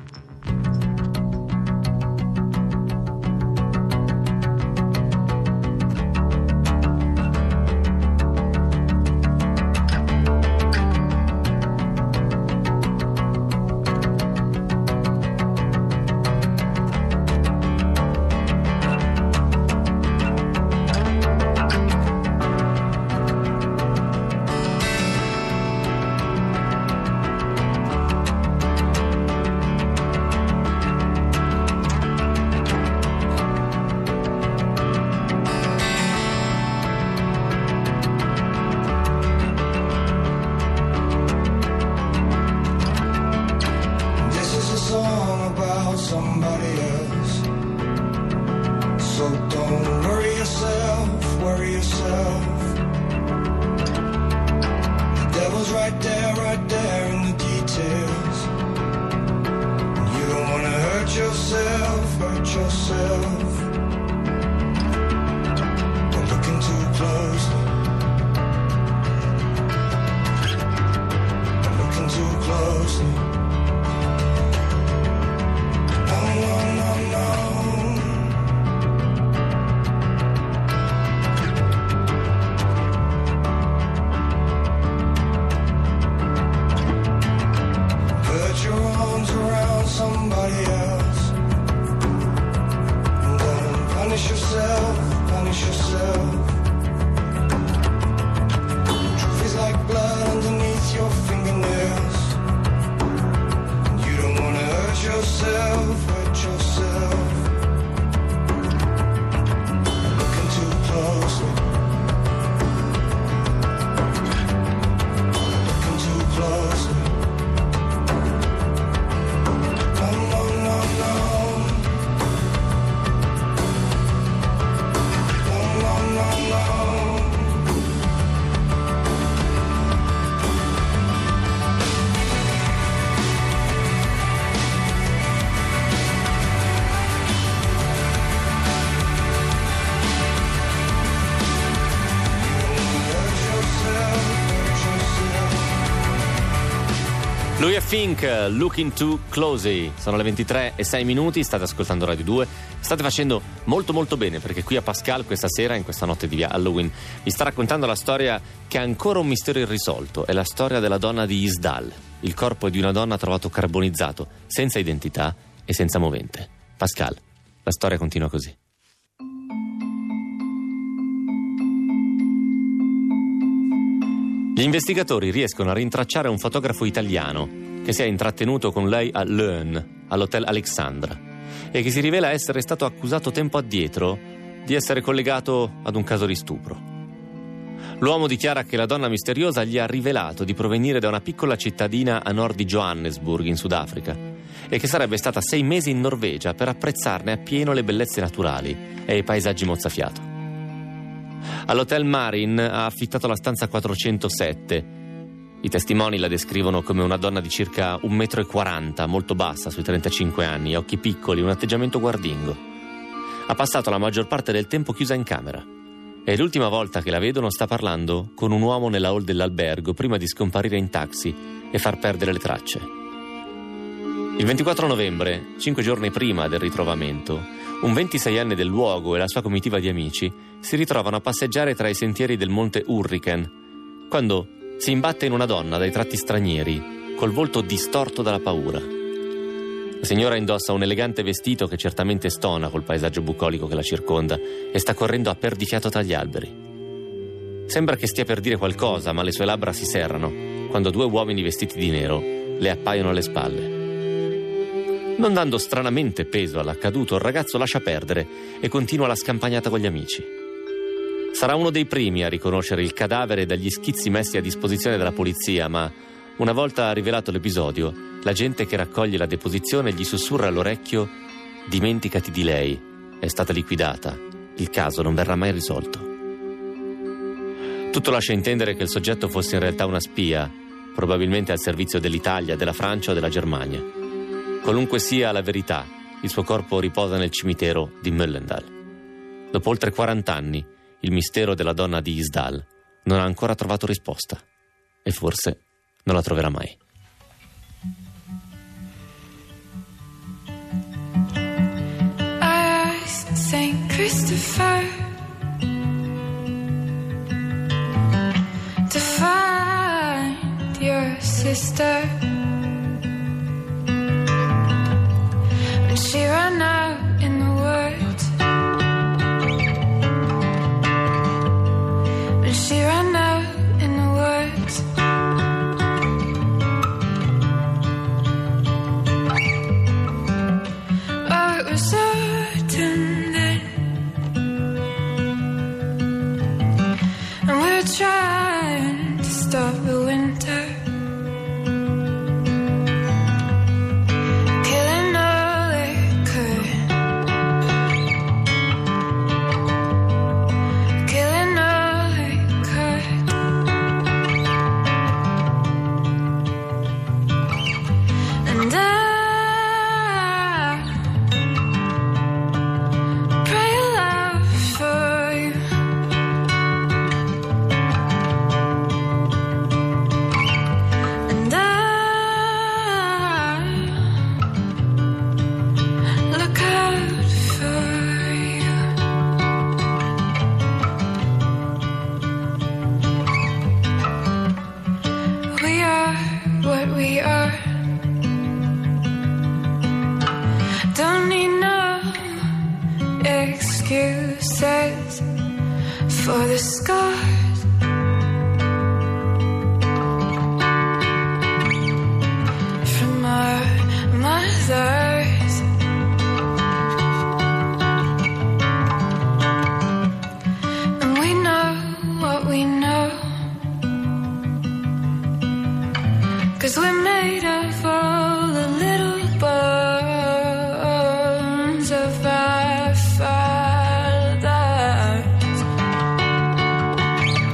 Looking too Lui è Fink, Looking Too Closely. Sono le ventitré e sei minuti, state ascoltando Radio due. State facendo molto molto bene, perché qui a Pascal questa sera, in questa notte di Halloween, vi sta raccontando la storia che ha ancora un mistero irrisolto. È la storia della donna di Isdal. Il corpo è di una donna trovato carbonizzato, senza identità e senza movente. Pascal, la storia continua così. Gli investigatori riescono a rintracciare un fotografo italiano che si è intrattenuto con lei a Leun, all'hotel Alexandra, e che si rivela essere stato accusato tempo addietro di essere collegato ad un caso di stupro. L'uomo dichiara che la donna misteriosa gli ha rivelato di provenire da una piccola cittadina a nord di Johannesburg, in Sudafrica, e che sarebbe stata sei mesi in Norvegia per apprezzarne appieno le bellezze naturali e i paesaggi mozzafiato. All'Hotel Marin ha affittato la stanza quattrocentosette. I testimoni la descrivono come una donna di circa un metro e quaranta, molto bassa, sui trentacinque anni, occhi piccoli, un atteggiamento guardingo. Ha passato la maggior parte del tempo chiusa in camera e l'ultima volta che la vedono sta parlando con un uomo nella hall dell'albergo prima di scomparire in taxi e far perdere le tracce. Il ventiquattro novembre, cinque giorni prima del ritrovamento, un ventiseienne del luogo e la sua comitiva di amici si ritrovano a passeggiare tra i sentieri del monte Hurricane, quando si imbatte in una donna dai tratti stranieri, col volto distorto dalla paura. La signora indossa un elegante vestito che certamente stona col paesaggio bucolico che la circonda e sta correndo a perdifiato tra gli alberi. Sembra che stia per dire qualcosa, ma le sue labbra si serrano quando due uomini vestiti di nero le appaiono alle spalle. Non dando stranamente peso all'accaduto, il ragazzo lascia perdere e continua la scampagnata con gli amici. Sarà uno dei primi a riconoscere il cadavere dagli schizzi messi a disposizione della polizia, ma una volta rivelato l'episodio, la gente che raccoglie la deposizione gli sussurra all'orecchio: dimenticati di lei, è stata liquidata, il caso non verrà mai risolto. Tutto lascia intendere che il soggetto fosse in realtà una spia, probabilmente al servizio dell'Italia, della Francia o della Germania. Qualunque sia la verità, il suo corpo riposa nel cimitero di Möllendal. Dopo oltre quaranta anni, il mistero della donna di Isdal non ha ancora trovato risposta. E forse non la troverà mai. I asked Saint Christopher to find your sister. She ran out in the woods. When she ran out in the woods. Oh, it was certain then, and we were trying to stop the winter. Excuses for the scars from our mothers. And we know what we know, 'cause we're made of all the little bones of our fathers.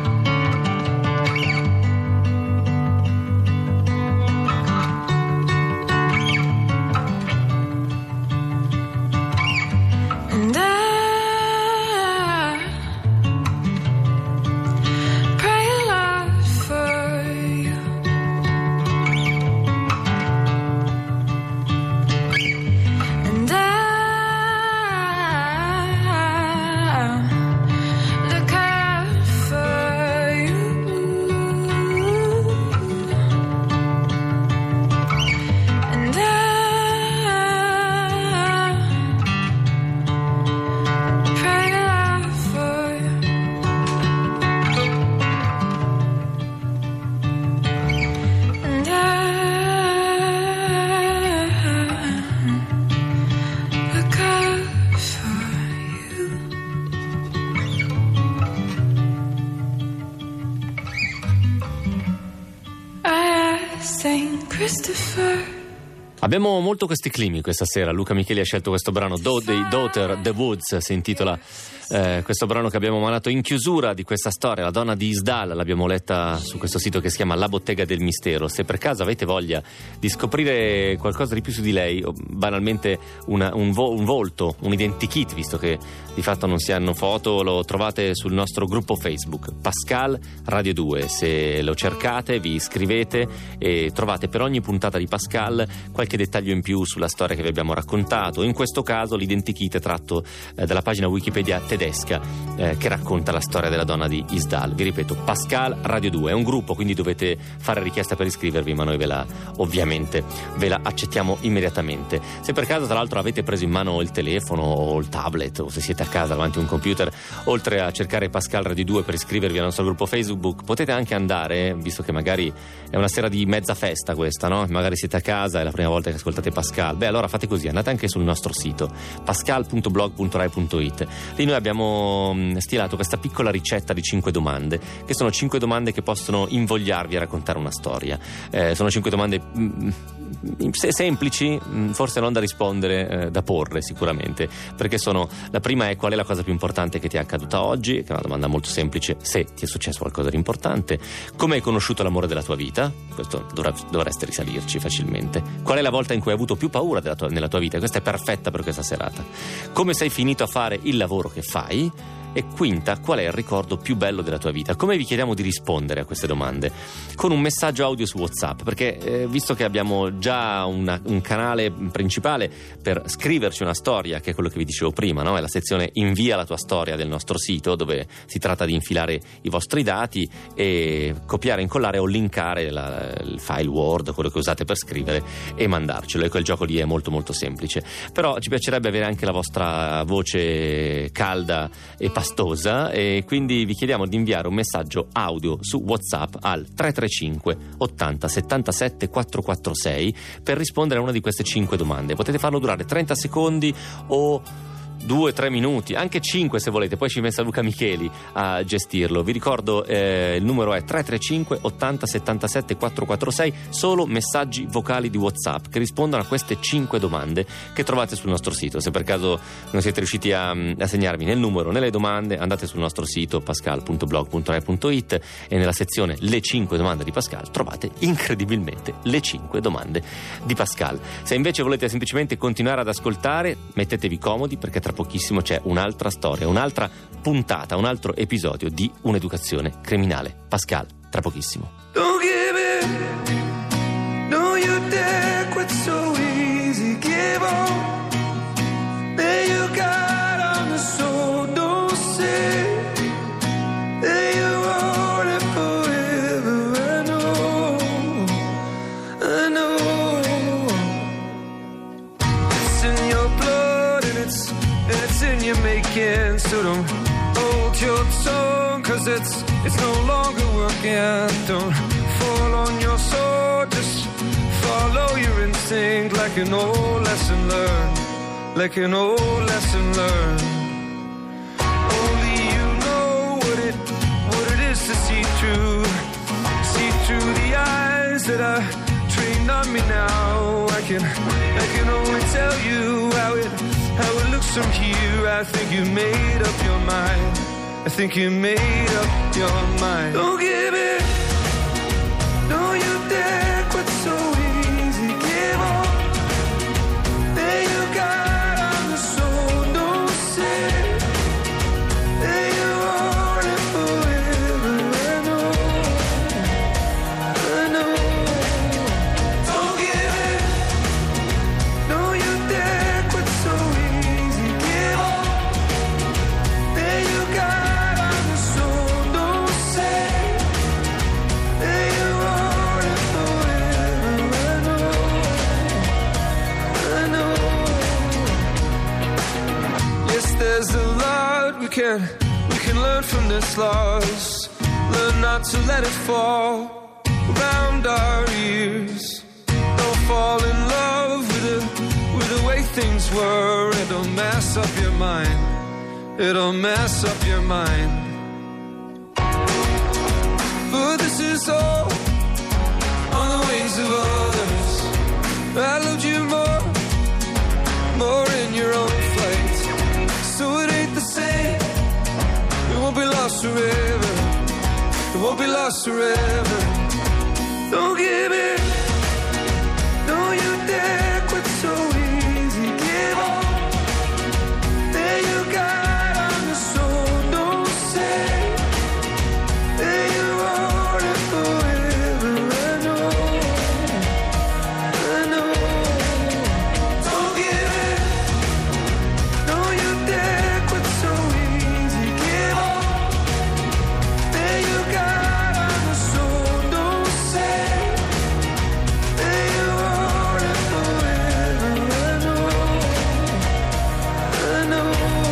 testify. Abbiamo molto questi climi questa sera. Luca Micheli ha scelto questo brano, Do- dei Daughter The Woods, si intitola eh, questo brano che abbiamo mandato in chiusura di questa storia, la donna di Isdal. L'abbiamo letta su questo sito che si chiama La Bottega del Mistero. Se per caso avete voglia di scoprire qualcosa di più su di lei, o banalmente una, un, vo- un volto, un identikit, visto che di fatto non si hanno foto, lo trovate sul nostro gruppo Facebook Pascal Radio due. Se lo cercate, vi iscrivete e trovate per ogni puntata di Pascal qualche dettaglio in più sulla storia che vi abbiamo raccontato. In questo caso l'identikit è tratto eh, dalla pagina Wikipedia tedesca eh, che racconta la storia della donna di Isdal. Vi ripeto, Pascal Radio due è un gruppo, quindi dovete fare richiesta per iscrivervi, ma noi ve la ovviamente ve la accettiamo immediatamente. Se per caso tra l'altro avete preso in mano il telefono o il tablet, o se siete a casa davanti a un computer, oltre a cercare Pascal Radio due per iscrivervi al nostro gruppo Facebook, potete anche andare, visto che magari è una sera di mezza festa questa, no? Magari siete a casa, è la prima volta che ascoltate Pascal, beh allora fate così, andate anche sul nostro sito pascal punto blog punto rai punto it. Lì noi abbiamo stilato questa piccola ricetta di cinque domande, che sono cinque domande che possono invogliarvi a raccontare una storia. Eh, sono cinque domande mm, semplici, forse non da rispondere, eh, da porre sicuramente, perché sono: la prima è: qual è la cosa più importante che ti è accaduta oggi? Che è una domanda molto semplice, se ti è successo qualcosa di importante. Come hai conosciuto l'amore della tua vita? Questo dovr- dovreste risalirci facilmente. Qual è la volta in cui hai avuto più paura della tua, nella tua vita? Questa è perfetta per questa serata. Come sei finito a fare il lavoro che fai? E quinta, qual è il ricordo più bello della tua vita? Come vi chiediamo di rispondere a queste domande? Con un messaggio audio su WhatsApp, perché eh, visto che abbiamo già una, un canale principale per scriverci una storia, che è quello che vi dicevo prima, no? È la sezione invia la tua storia del nostro sito, dove si tratta di infilare i vostri dati e copiare, incollare o linkare la, il file Word, quello che usate per scrivere, e mandarcelo. E quel gioco lì è molto molto semplice, però ci piacerebbe avere anche la vostra voce calda e pastosa, e quindi vi chiediamo di inviare un messaggio audio su WhatsApp al tre tre cinque ottanta settantasette quattrocentoquarantasei per rispondere a una di queste cinque domande. Potete farlo durare trenta secondi o due tre minuti, anche cinque se volete, poi ci messa Luca Micheli a gestirlo. Vi ricordo eh, il numero è tre tre cinque ottanta settantasette quattrocentoquarantasei, solo messaggi vocali di WhatsApp che rispondono a queste cinque domande che trovate sul nostro sito. Se per caso non siete riusciti a, a segnarvi né il numero né le domande, andate sul nostro sito pascal punto blog punto rai punto it e nella sezione le cinque domande di Pascal trovate incredibilmente le cinque domande di Pascal. Se invece volete semplicemente continuare ad ascoltare, mettetevi comodi, perché tra pochissimo c'è un'altra storia, un'altra puntata, un altro episodio di Un'educazione criminale. Pascal, tra pochissimo. Don't give in, no you dare quit so easy, give on, there you got on the soul, don't say that you want it forever, I know, I know, it's in your blood and it's it's in your making, so don't hold your tongue, cause it's it's no longer working. Don't fall on your sword, just follow your instinct, like an old lesson learned, like an old lesson learned. Only you know what it what it is to see through, see through the eyes that are trained on me now. I can I can only tell you how it how it looks from here. I think you made up your mind, I think you made up your mind. Don't give it, no you dare quit so easy, give on, there you got on the soul, don't say that you want it forever, I know, I know. Don't give it, no you dare quit so easy, give on, there you got on the soul, don't say that you want it forever, I know, I know. Yes, there's a lot we can we can learn from this loss, learn not to let it fall around our ears. Don't fall in love with the with the way things were. It'll mess up your mind, it'll mess up your mind. But this is all on the wings of others. I loved you more, more in your own flight. So it ain't the same. It won't be lost forever. It won't be lost forever. Don't give in. Don't you dare quit so easy. Give up. There you got on the soul. Don't say that you want it forever. I know. I know. Don't give in. Don't you dare quit so easy. Give up. There you got on the soul. Don't say that you want it forever. I know. I know.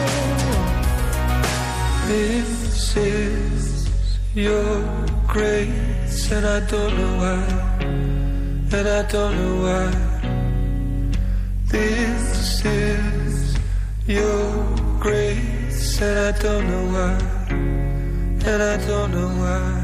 This is your grace, and I don't know why, and I don't know why. This is your grace, and I don't know why, and I don't know why.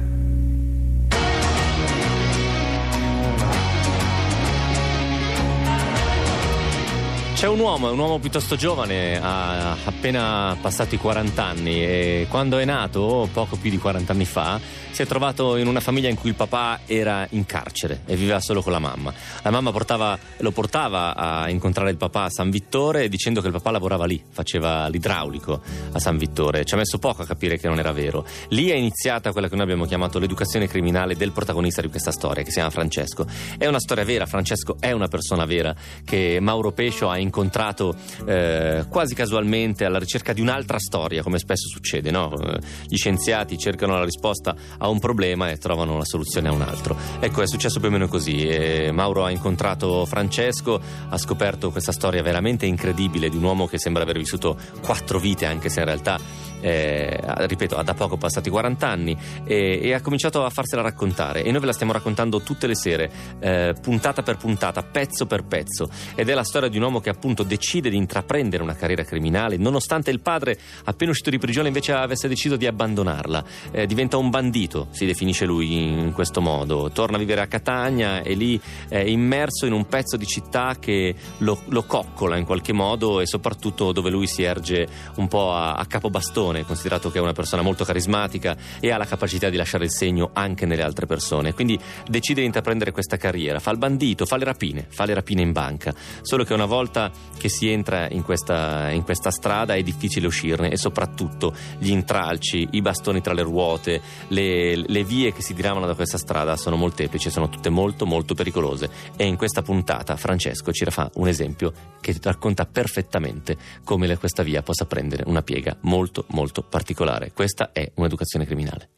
C'è un uomo, un uomo piuttosto giovane, ha appena passato i quaranta anni e quando è nato, poco più di quaranta anni fa, si è trovato in una famiglia in cui il papà era in carcere e viveva solo con la mamma. La mamma portava, lo portava a incontrare il papà a San Vittore dicendo che il papà lavorava lì, faceva l'idraulico a San Vittore. Ci ha messo poco a capire che non era vero. Lì è iniziata quella che noi abbiamo chiamato l'educazione criminale del protagonista di questa storia, che si chiama Francesco. È una storia vera, Francesco è una persona vera che Mauro Pescio ha incontrato eh, quasi casualmente alla ricerca di un'altra storia, come spesso succede, no? Gli scienziati cercano la risposta a un problema e trovano la soluzione a un altro. Ecco, è successo più o meno così. E Mauro ha incontrato Francesco, ha scoperto questa storia veramente incredibile di un uomo che sembra aver vissuto quattro vite, anche se in realtà Eh, ripeto, ha da poco passati quaranta anni e, e ha cominciato a farsela raccontare e noi ve la stiamo raccontando tutte le sere, eh, puntata per puntata, pezzo per pezzo, ed è la storia di un uomo che appunto decide di intraprendere una carriera criminale nonostante il padre, appena uscito di prigione, invece avesse deciso di abbandonarla. Eh, diventa un bandito, si definisce lui in questo modo, torna a vivere a Catania e lì è immerso in un pezzo di città che lo, lo coccola in qualche modo e soprattutto dove lui si erge un po' a, a capobastone, considerato che è una persona molto carismatica e ha la capacità di lasciare il segno anche nelle altre persone. Quindi decide di intraprendere questa carriera, fa il bandito, fa le rapine, fa le rapine in banca, solo che una volta che si entra in questa, in questa strada è difficile uscirne e soprattutto gli intralci, i bastoni tra le ruote, le, le vie che si diramano da questa strada sono molteplici, sono tutte molto molto pericolose e in questa puntata Francesco ci fa un esempio che racconta perfettamente come questa via possa prendere una piega molto molto particolare. Questa è un'educazione criminale.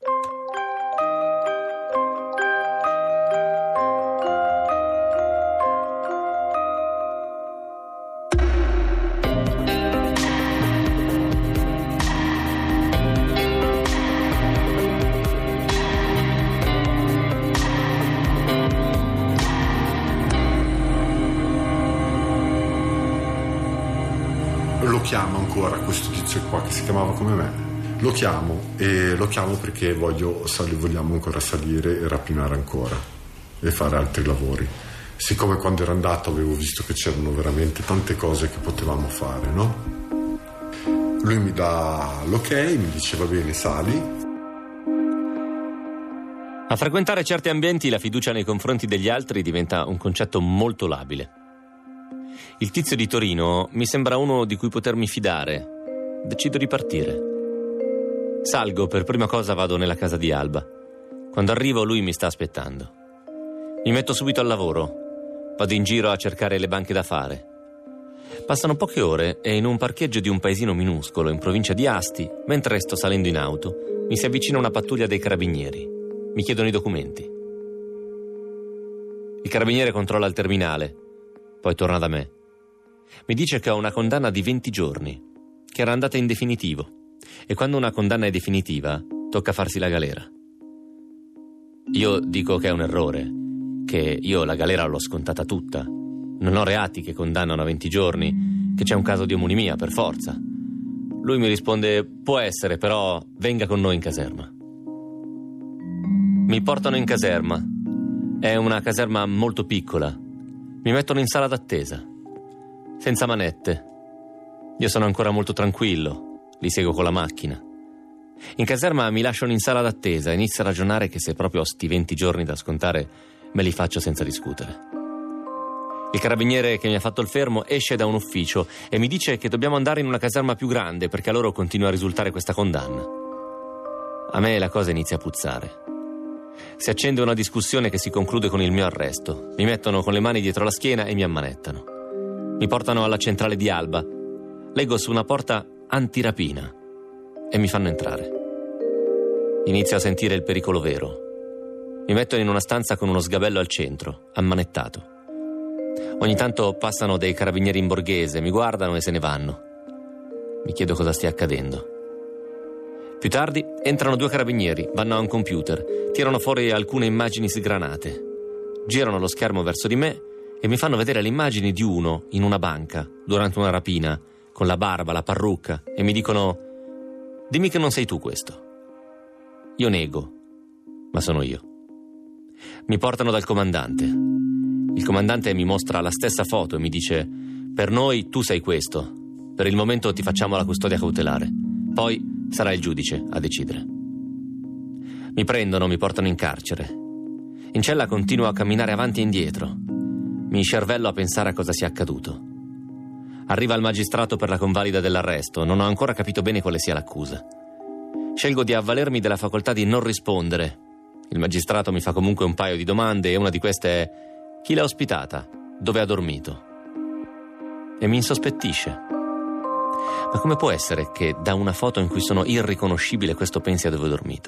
Lo chiamo ancora questo tizio qua che si chiamava come me, lo chiamo e lo chiamo perché voglio sali, vogliamo ancora salire e rapinare ancora e fare altri lavori. Siccome quando ero andato avevo visto che c'erano veramente tante cose che potevamo fare, no? Lui mi dà l'ok, mi dice va bene, sali. A frequentare certi ambienti la fiducia nei confronti degli altri diventa un concetto molto labile. Il tizio di Torino mi sembra uno di cui potermi fidare. Decido di partire. Salgo, per prima cosa vado nella casa di Alba. Quando arrivo lui mi sta aspettando. Mi metto subito al lavoro. Vado in giro a cercare le banche da fare. Passano poche ore e in un parcheggio di un paesino minuscolo in provincia di Asti, mentre sto salendo in auto, mi si avvicina una pattuglia dei carabinieri. Mi chiedono i documenti. Il carabiniere controlla il terminale, poi torna da me. Mi dice che ho una condanna di venti giorni, che era andata in definitivo, e quando una condanna è definitiva tocca farsi la galera. Io dico che è un errore, che io la galera l'ho scontata tutta, non ho reati che condannano a venti giorni, che c'è un caso di omonimia per forza. Lui mi risponde: può essere, però venga con noi in caserma. Mi portano in caserma. È una caserma molto piccola, Mi mettono in sala d'attesa, senza manette. Io sono ancora molto tranquillo, li seguo con la macchina. In caserma mi lasciano in sala d'attesa e inizio a ragionare che se proprio ho sti venti giorni da scontare, me li faccio senza discutere. Il carabiniere che mi ha fatto il fermo esce da un ufficio e mi dice che dobbiamo andare in una caserma più grande perché a loro continua a risultare questa condanna. A me la cosa inizia a puzzare. Si accende una discussione che si conclude con il mio arresto. Mi mettono con le mani dietro la schiena e mi ammanettano. Mi portano alla centrale di Alba. Leggo su una porta antirapina e mi fanno entrare. Inizio a sentire il pericolo vero. Mi mettono in una stanza con uno sgabello al centro, ammanettato. Ogni tanto passano dei carabinieri in borghese, mi guardano e se ne vanno. Mi chiedo cosa stia accadendo. Più tardi entrano due carabinieri, vanno a un computer, tirano fuori alcune immagini sgranate, girano lo schermo verso di me e mi fanno vedere le immagini di uno in una banca durante una rapina, con la barba, la parrucca, e mi dicono: dimmi che non sei tu questo. Io nego, ma sono io. Mi portano dal comandante. Il comandante mi mostra la stessa foto e mi dice: per noi tu sei questo, per il momento ti facciamo la custodia cautelare, poi sarà il giudice a decidere. Mi prendono, mi portano in carcere. In cella continuo a camminare avanti e indietro. Mi scervello a pensare a cosa sia accaduto. Arriva il magistrato per la convalida dell'arresto. Non ho ancora capito bene quale sia l'accusa. Scelgo di avvalermi della facoltà di non rispondere. Il magistrato mi fa comunque un paio di domande e una di queste è: chi l'ha ospitata? Dove ha dormito? E mi insospettisce. Ma come può essere che da una foto in cui sono irriconoscibile questo pensi a dove ho dormito?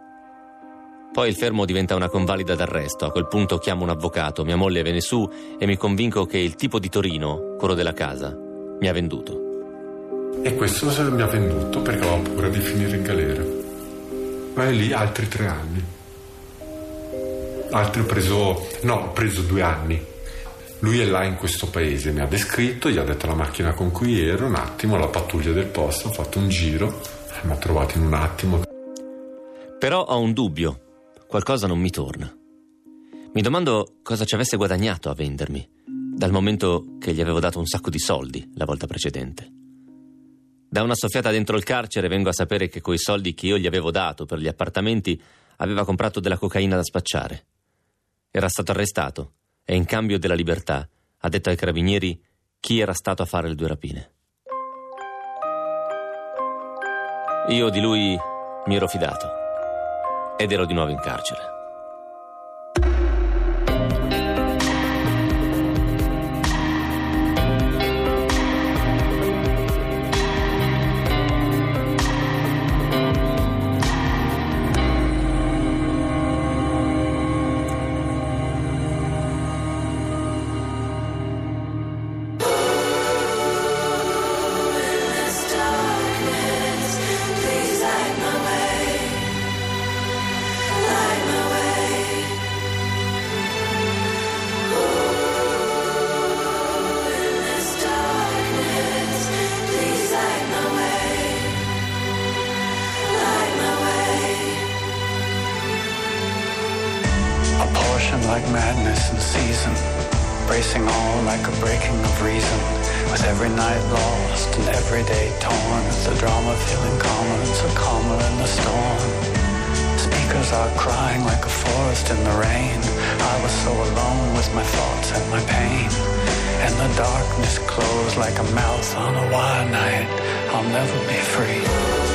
Poi il fermo diventa una convalida d'arresto. A quel punto chiamo un avvocato, mia moglie viene su e mi convinco che il tipo di Torino, quello della casa, mi ha venduto. E questo mi ha venduto perché avevo paura di finire in galera. Ma è lì altri tre anni. Altri ho preso... no, ho preso due anni. Lui è là in questo paese, mi ha descritto, gli ha detto la macchina con cui ero, un attimo, la pattuglia del posto, ho fatto un giro, mi ha trovato in un attimo. Però ho un dubbio, qualcosa non mi torna. Mi domando cosa ci avesse guadagnato a vendermi, dal momento che gli avevo dato un sacco di soldi la volta precedente. Da una soffiata dentro il carcere vengo a sapere che coi soldi che io gli avevo dato per gli appartamenti aveva comprato della cocaina da spacciare. Era stato arrestato e in cambio della libertà ha detto ai carabinieri chi era stato a fare le due rapine. Io di lui mi ero fidato ed ero di nuovo in carcere. Like madness in season, bracing all like a breaking of reason, with every night lost and every day torn. It's a drama feeling calmer, it's a calmer in the storm. Speakers are crying like a forest in the rain. I was so alone with my thoughts and my pain, and the darkness closed like a mouth on a wild night. I'll never be free.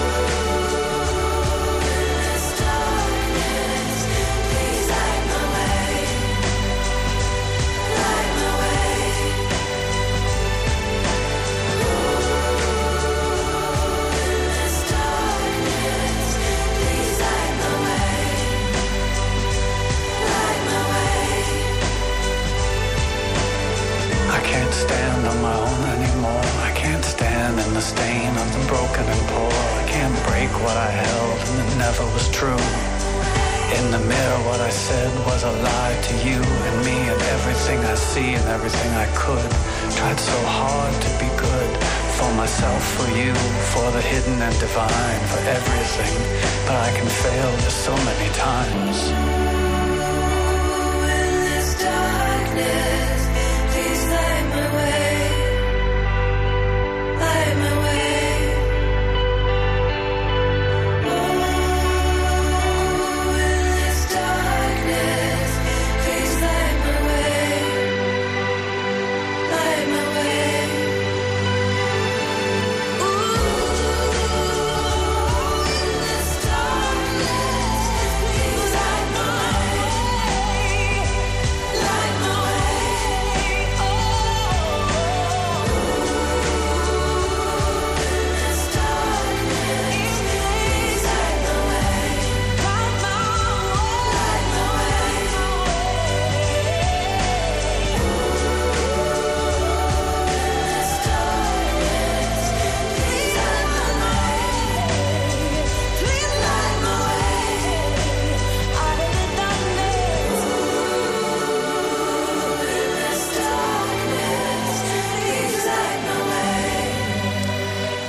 The stain of the broken and poor. I can't break what I held and it never was true. In the mirror what I said was a lie to you and me and everything I see and everything I could. Tried so hard to be good for myself, for you, for the hidden and divine, for everything, but I can fail just so many times. In this darkness,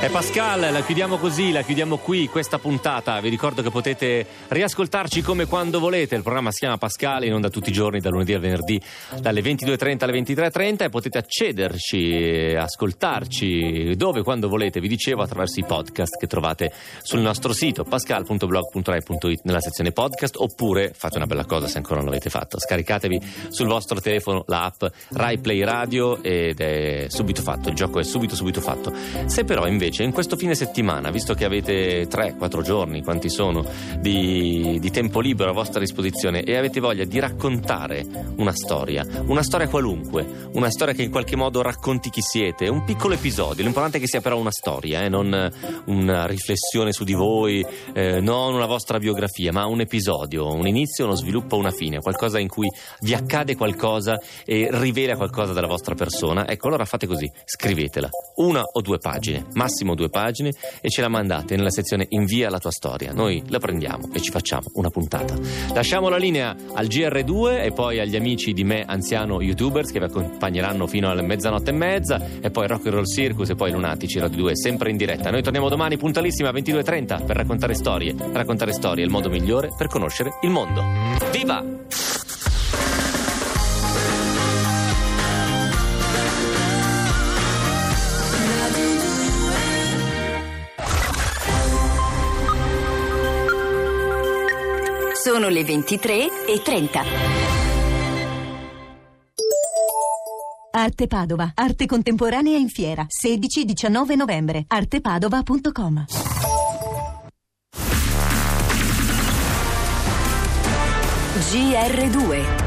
È Pascal, la chiudiamo così, la chiudiamo qui, questa puntata. Vi ricordo che potete riascoltarci come quando volete. Il programma si chiama Pascal, in onda tutti i giorni, da lunedì al venerdì, dalle ventidue e trenta alle ventitré e trenta, e potete accederci, ascoltarci dove, quando volete, vi dicevo, attraverso i podcast che trovate sul nostro sito pascal punto blog punto rai punto it nella sezione podcast, oppure fate una bella cosa se ancora non l'avete fatto: scaricatevi sul vostro telefono l'app Rai Play Radio ed è subito fatto, il gioco è subito subito fatto. Se però invece in questo fine settimana, visto che avete tre quattro giorni, quanti sono, di, di tempo libero a vostra disposizione, e avete voglia di raccontare una storia, una storia qualunque, una storia che in qualche modo racconti chi siete, un piccolo episodio, l'importante è che sia però una storia, eh, non una riflessione su di voi, eh, non una vostra biografia, ma un episodio, un inizio, uno sviluppo, una fine, qualcosa in cui vi accade qualcosa e rivela qualcosa della vostra persona. Ecco, allora fate così, scrivetela, una o due pagine, massimo due pagine, e ce la mandate nella sezione invia la tua storia. Noi la prendiamo e ci facciamo una puntata. Lasciamo la linea al G R due e poi agli amici di Me Anziano YouTubers, che vi accompagneranno fino alle mezzanotte e mezza, e poi Rock and Roll Circus, e poi Lunatici Radio due, sempre in diretta. Noi torniamo domani puntualissima ventidue e trenta per raccontare storie. Raccontare storie è il modo migliore per conoscere il mondo. Viva! Sono le ventitré e trenta. Arte Padova, arte contemporanea in fiera, sedici diciannove novembre, artepadova punto com. G R due.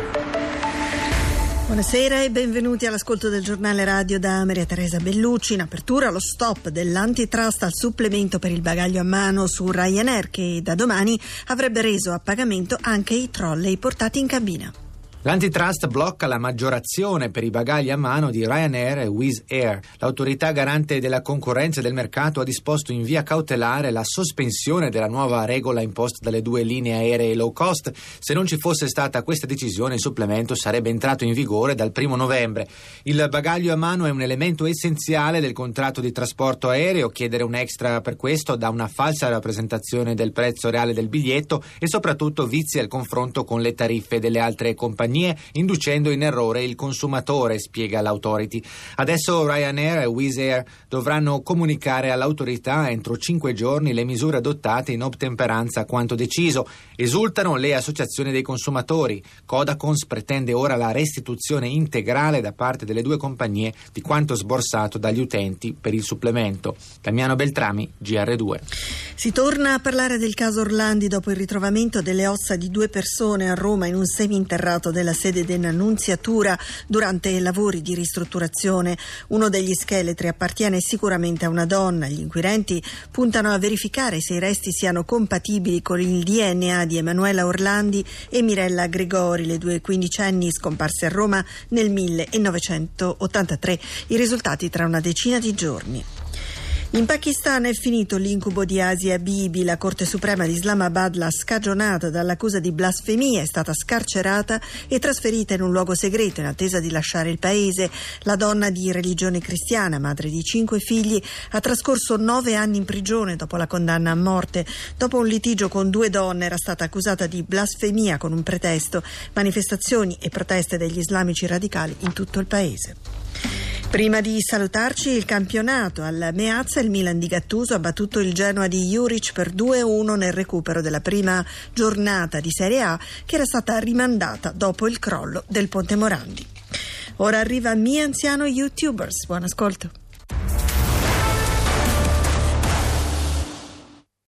Buonasera e benvenuti all'ascolto del giornale radio da Maria Teresa Bellucci. In apertura lo stop dell'antitrust al supplemento per il bagaglio a mano su Ryanair, che da domani avrebbe reso a pagamento anche i trolley portati in cabina. L'antitrust blocca la maggiorazione per i bagagli a mano di Ryanair e Wizz Air. L'autorità garante della concorrenza e del mercato ha disposto in via cautelare la sospensione della nuova regola imposta dalle due linee aeree low cost. Se non ci fosse stata questa decisione, il supplemento sarebbe entrato in vigore dal primo novembre. Il bagaglio a mano è un elemento essenziale del contratto di trasporto aereo. Chiedere un extra per questo dà una falsa rappresentazione del prezzo reale del biglietto e soprattutto vizia il confronto con le tariffe delle altre compagnie, inducendo in errore il consumatore, spiega l'Authority. Adesso Ryanair e Wizz Air dovranno comunicare all'autorità entro cinque giorni le misure adottate in ottemperanza a quanto deciso. Esultano le associazioni dei consumatori. Codacons pretende ora la restituzione integrale da parte delle due compagnie di quanto sborsato dagli utenti per il supplemento. Damiano Beltrami, G R due. Si torna a parlare del caso Orlandi dopo il ritrovamento delle ossa di due persone a Roma in un seminterrato della sede dell'Annunziatura durante i lavori di ristrutturazione. Uno degli scheletri appartiene sicuramente a una donna. Gli inquirenti puntano a verificare se i resti siano compatibili con il D N A di Emanuela Orlandi e Mirella Gregori, le due quindicenni scomparse a Roma nel millenovecentottantatré. I risultati tra una decina di giorni. In Pakistan è finito l'incubo di Asia Bibi. La Corte Suprema di Islamabad l'ha scagionata dall'accusa di blasfemia, è stata scarcerata e trasferita in un luogo segreto in attesa di lasciare il paese. La donna di religione cristiana, madre di cinque figli, ha trascorso nove anni in prigione dopo la condanna a morte. Dopo un litigio con due donne era stata accusata di blasfemia con un pretesto. Manifestazioni e proteste degli islamici radicali in tutto il paese. Prima di salutarci, il campionato. Al Meazza il Milan di Gattuso ha battuto il Genoa di Juric per due a uno nel recupero della prima giornata di Serie A, che era stata rimandata dopo il crollo del Ponte Morandi. Ora arriva Me Anziano YouTubers. Buon ascolto.